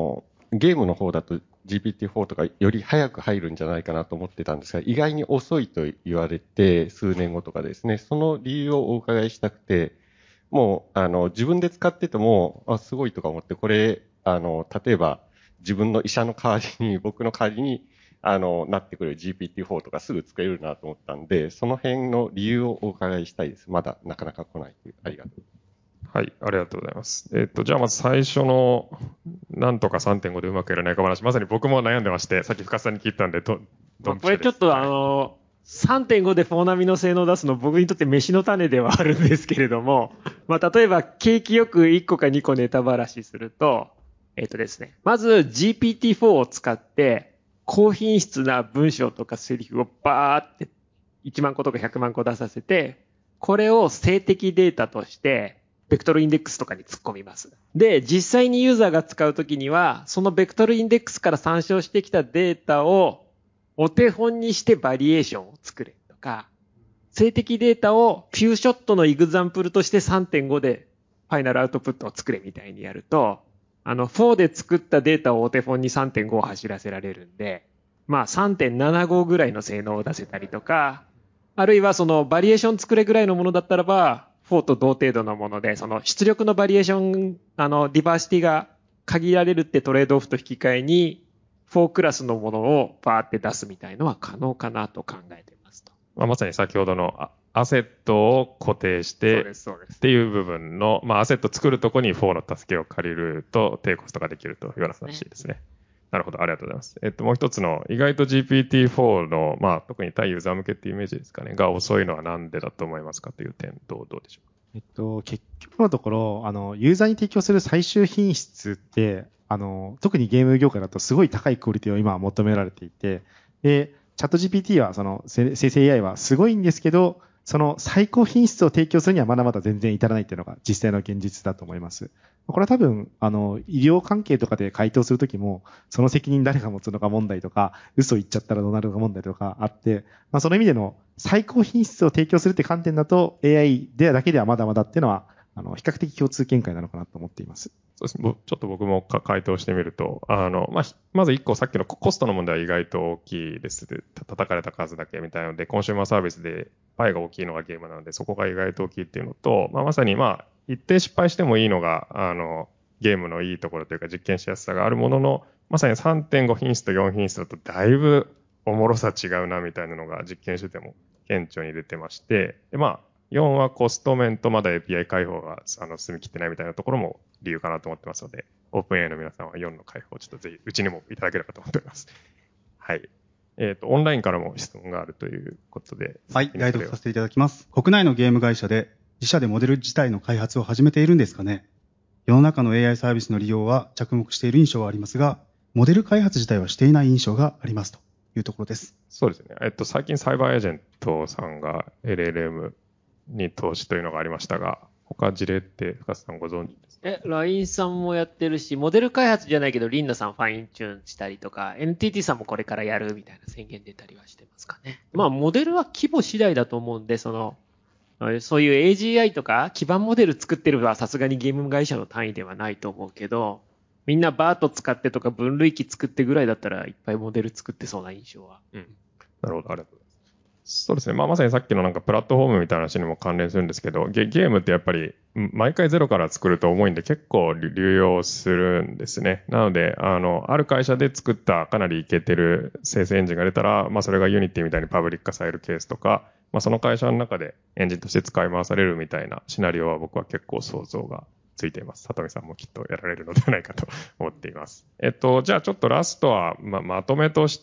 ゲームの方だと ジーピーティーフォー とかより早く入るんじゃないかなと思ってたんですが、意外に遅いと言われて、数年後とかですね、その理由をお伺いしたくて、もう、あの、自分で使ってても、あ、すごいとか思って、これ、あの、例えば、自分の医者の代わりに、僕の代わりに、あの、なってくれる ジーピーティーフォー とかすぐ作れるなと思ったんで、その辺の理由をお伺いしたいです。まだなかなか来ないという。ありがとう。 はい、ありがとうございます。えっと、じゃあまず最初の、なんとか さんてんご でうまくやらないか話、まさに僕も悩んでまして、さっき深津さんに聞いたんで、ど、どんこれちょっとあの、さんてんご でフォー並みの性能を出すの僕にとって飯の種ではあるんですけれども、まあ例えば景気よくいっこかにこネタばらしすると、えっとですね、まず ジーピーティーフォー を使って高品質な文章とかセリフをバーっていちまんことかひゃくまんこ出させて、これを静的データとしてベクトルインデックスとかに突っ込みます。で、実際にユーザーが使うときには、そのベクトルインデックスから参照してきたデータをお手本にしてバリエーションを作れとか、静的データをフューショットのエグザンプルとして さんてんご でファイナルアウトプットを作れみたいにやると、あのフォーで作ったデータをお手本に さんてんご を走らせられるんで、まあ さんてんななご ぐらいの性能を出せたりとか、あるいはそのバリエーション作れぐらいのものだったらば、フォーと同程度のもので、その出力のバリエーション、あの、ディバーシティが限られるってトレードオフと引き換えに、フォークラスのものをバーって出すみたいのは可能かなと考えてますと。 まあ、まさに先ほどのアセットを固定してっていう部分の、まあ、アセット作るとこにフォーの助けを借りると低コストができるというような話ですね。なるほど、ありがとうございます。えっと、もう一つの、意外と ジーピーティーフォー の、まあ、特に対ユーザー向けっていうイメージですかね、が遅いのはなんでだと思いますかという点、どう、どうでしょうか。 えっと、結局のところ、あの、ユーザーに提供する最終品質って、あの、特にゲーム業界だとすごい高いクオリティを今は求められていて、で、チャット ジーピーティー は、その、生成 エーアイ はすごいんですけど、その最高品質を提供するにはまだまだ全然至らないっていうのが実際の現実だと思います。これは多分、あの、医療関係とかで回答するときも、その責任誰が持つのか問題とか、嘘言っちゃったらどうなるのか問題とかあって、まあその意味での最高品質を提供するって観点だと エーアイ でだけではまだまだっていうのは、あの、比較的共通見解なのかなと思っています。 そうですね。ちょっと僕も回答してみると、あの、まあ、まず一個さっきのコストの問題は意外と大きいです。叩かれた数だけみたいなので、コンシューマーサービスでパイが大きいのがゲームなので、そこが意外と大きいっていうのと、まあ、まさにまあ、一定失敗してもいいのが、あの、ゲームのいいところというか実験しやすさがあるものの、まさに さんてんご 品質とよん品質だとだいぶおもろさ違うなみたいなのが実験してても顕著に出てまして、でまあ、よんはコスト面とまだ エーピーアイ 開放があの進みきってないみたいなところも理由かなと思ってますので、オープン エーアイ の皆さんはよんの開放をちょっとぜひうちにもいただければと思っております。はい。えっと、オンラインからも質問があるということで。 はい、代読させていただきます。国内のゲーム会社で自社でモデル自体の開発を始めているんですかね。世の中の エーアイ サービスの利用は着目している印象はありますが、モデル開発自体はしていない印象がありますというところです。 そうですね。えっと、最近サイバーエージェントさんが エルエルエム に投資というのがありましたが、他事例って深津さんご存知ですか？ え、ライン さんもやってるし、モデル開発じゃないけど、リンナさんファインチューンしたりとか、エヌティーティー さんもこれからやるみたいな宣言出たりはしてますかね。まあ、モデルは規模次第だと思うんで、その、そういう エージーアイ とか基盤モデル作ってるのはさすがにゲーム会社の単位ではないと思うけど、みんなバート使ってとか分類器作ってぐらいだったらいっぱいモデル作ってそうな印象は。 うん。なるほど、ありがとうございます。そうですね。まあ、まさにさっきのなんかプラットフォームみたいな話にも関連するんですけど、ゲ、ゲームってやっぱり毎回ゼロから作ると重いんで結構流用するんですね。なので、あの、ある会社で作ったかなりイケてる生成エンジンが出たら、まあそれがユニティみたいにパブリック化されるケースとか、まあその会社の中でエンジンとして使い回されるみたいなシナリオは僕は結構想像がついています。里見さんもきっとやられるのではないかと思っています。えっと、じゃあちょっとラストは、ま、まとめとして、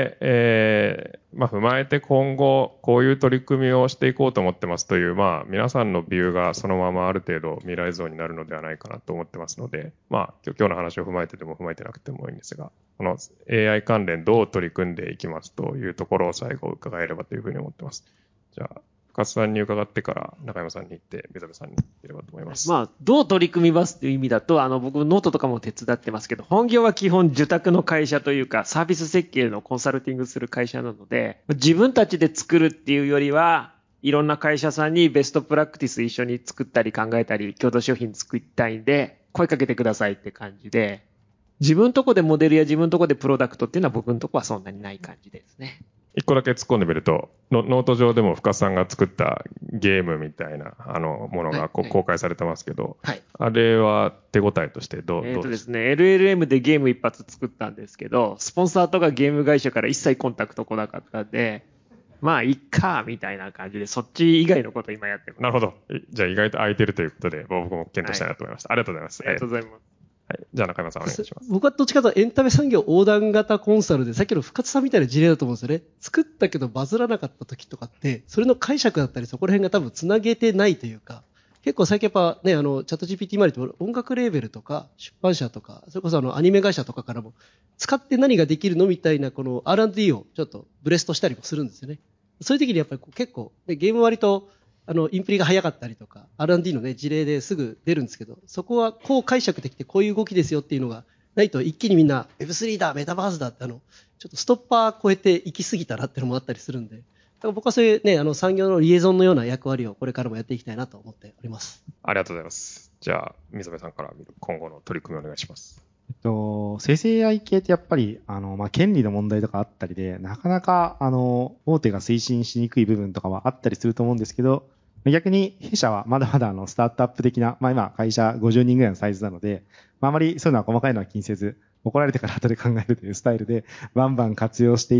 えー、まあ、踏まえて今後、こういう取り組みをしていこうと思ってますという、まあ、皆さんのビューがそのままある程度未来像になるのではないかなと思ってますので、まあ、今日今日の話を踏まえてても踏まえてなくてもいいんですが、この エーアイ 関連どう取り組んでいきますというところを最後伺えればというふうに思ってます。じゃあ、深津さんに伺ってから中山さんに行って水部さんに行ければと思います。 まあ、どう取り組みますという意味だと、あの、僕ノートとかも手伝ってますけど、本業は基本受託の会社というか、サービス設計のコンサルティングする会社なので、自分たちで作るっていうよりは、いろんな会社さんにベストプラクティス一緒に作ったり考えたり、共同商品作りたいんで、声かけてくださいって感じで、 自分とこでモデルや自分とこでプロダクトっていうのは僕のとこはそんなにない感じですね。 一個だけ突っ込んでみると、ノノート上でも深さんが作ったゲームみたいなあのものがこう、 はい公開されてますけど、 はい。 あれは手応えとしてどう、 えっ、 どうでとですすね、エルエルエム でゲーム一発作ったんですけど、スポンサーとかゲーム会社から一切コンタクト来なかったんで、まあ、いっか、みたいな感じで、そっち以外のこと今やってます。 なるほど。いじゃあ意外と空いてるということで、僕も検討したいなと思いました。ありがとうございます。 ありがとうございます。 はい。じゃあ中山さんお願いします。 僕はどっちかというとエンタメ産業横断型コンサルで、さっきの深津さんみたいな事例だと思うんですよね。作ったけどバズらなかった時とかって、それの解釈だったり、そこら辺が多分つなげてないというか、結構最近やっぱね、あの、チャット ジーピーティー 周りって音楽レーベルとか、出版社とか、それこそあの、アニメ会社とかからも、使って何ができるのみたいな、この アールアンドディー をちょっとブレストしたりもするんですよね。そういう時にやっぱりこう結構、でゲーム割と、あの、インプリが早かったりとか、アールアンドディー のね、事例ですぐ出るんですけど、そこはこう解釈できてこういう動きですよっていうのがないと一気にみんな ウェブスリー だ、メタバースだってあの、ちょっとストッパー超えて行き過ぎたなっていうのもあったりするんで、だから僕はそういうね、あの産業のリエゾンのような役割をこれからもやっていきたいなと思っております。 ありがとうございます。じゃあ、溝部さんから見る今後の取り組みお願いします。 えっと、生成 エーアイ 系ってやっぱり、あの、まあ、権利の問題とかあったりで、なかなか、あの、大手が推進しにくい部分とかはあったりすると思うんですけど、逆に弊社はまだまだあの、スタートアップ的な、まあ今、会社ごじゅうにんぐらいのサイズなので、まああまりそういうのは細かいのは気にせず、怒られてから後で考えるというスタイルで、バンバン活用していって、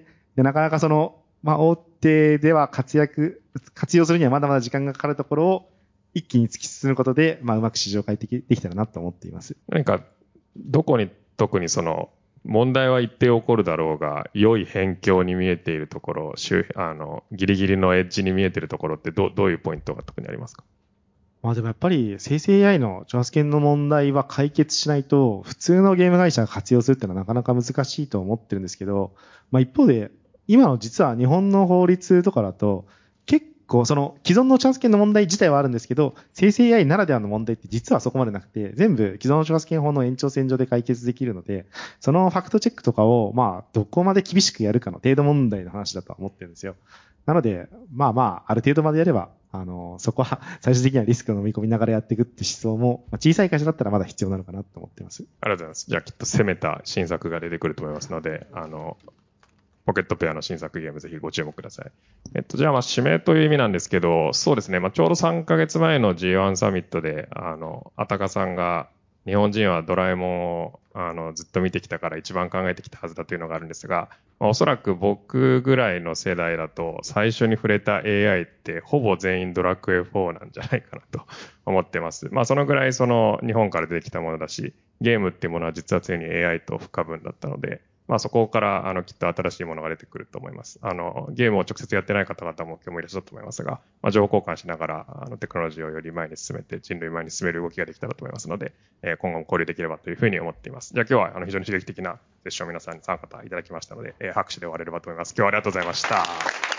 で、なかなかその、まあ大手では活躍、活用するにはまだまだ時間がかかるところを、一気に突き進むことで、まあうまく市場開拓できたらなと思っています。 何か、どこに特にその、問題は一定起こるだろうが、良い辺境に見えているところ、周あの、ギリギリのエッジに見えているところってど、どういうポイントが特にありますか？ まあでもやっぱり生成 エーアイ の著作権の問題は解決しないと、普通のゲーム会社が活用するっていうのはなかなか難しいと思ってるんですけど、まあ一方で、今の実は日本の法律とかだと、結構その既存の著作権の問題自体はあるんですけど、生成 エーアイ ならではの問題って実はそこまでなくて、全部既存の著作権法の延長線上で解決できるので、そのファクトチェックとかをまあどこまで厳しくやるかの程度問題の話だとは思ってるんですよ。なので、まあまあ、ある程度までやれば、あの、そこは最終的にはリスクを飲み込みながらやっていくって思想も、まあ、小さい会社だったらまだ必要なのかなと思ってます。 ありがとうございます。じゃあきっと攻めた新作が出てくると思いますので、あの、ポケットペアの新作ゲームぜひご注目ください。えっと、じゃあまあ指名という意味なんですけど、そうですね、まあちょうどさんかげつまえの ジーワン サミットで、あの、あたかさんが、日本人はドラえもんをあのずっと見てきたから一番考えてきたはずだというのがあるんですが、まあ、おそらく僕ぐらいの世代だと最初に触れた エーアイ ってほぼ全員ドラクエフォーなんじゃないかなと思ってます。まあそのぐらいその日本から出てきたものだし、ゲームっていうものは実は常に エーアイ と不可分だったので、まあそこからあのきっと新しいものが出てくると思います。あのゲームを直接やってない方々も今日もいらっしゃると思いますが、まあ情報交換しながらあのテクノロジーをより前に進めて人類前に進める動きができたらと思いますので、えー、今後も交流できればというふうに思っています。じゃあ今日はあの非常に刺激的なセッションを皆さんに参加いただきましたので、えー、拍手で終われればと思います。今日はありがとうございました。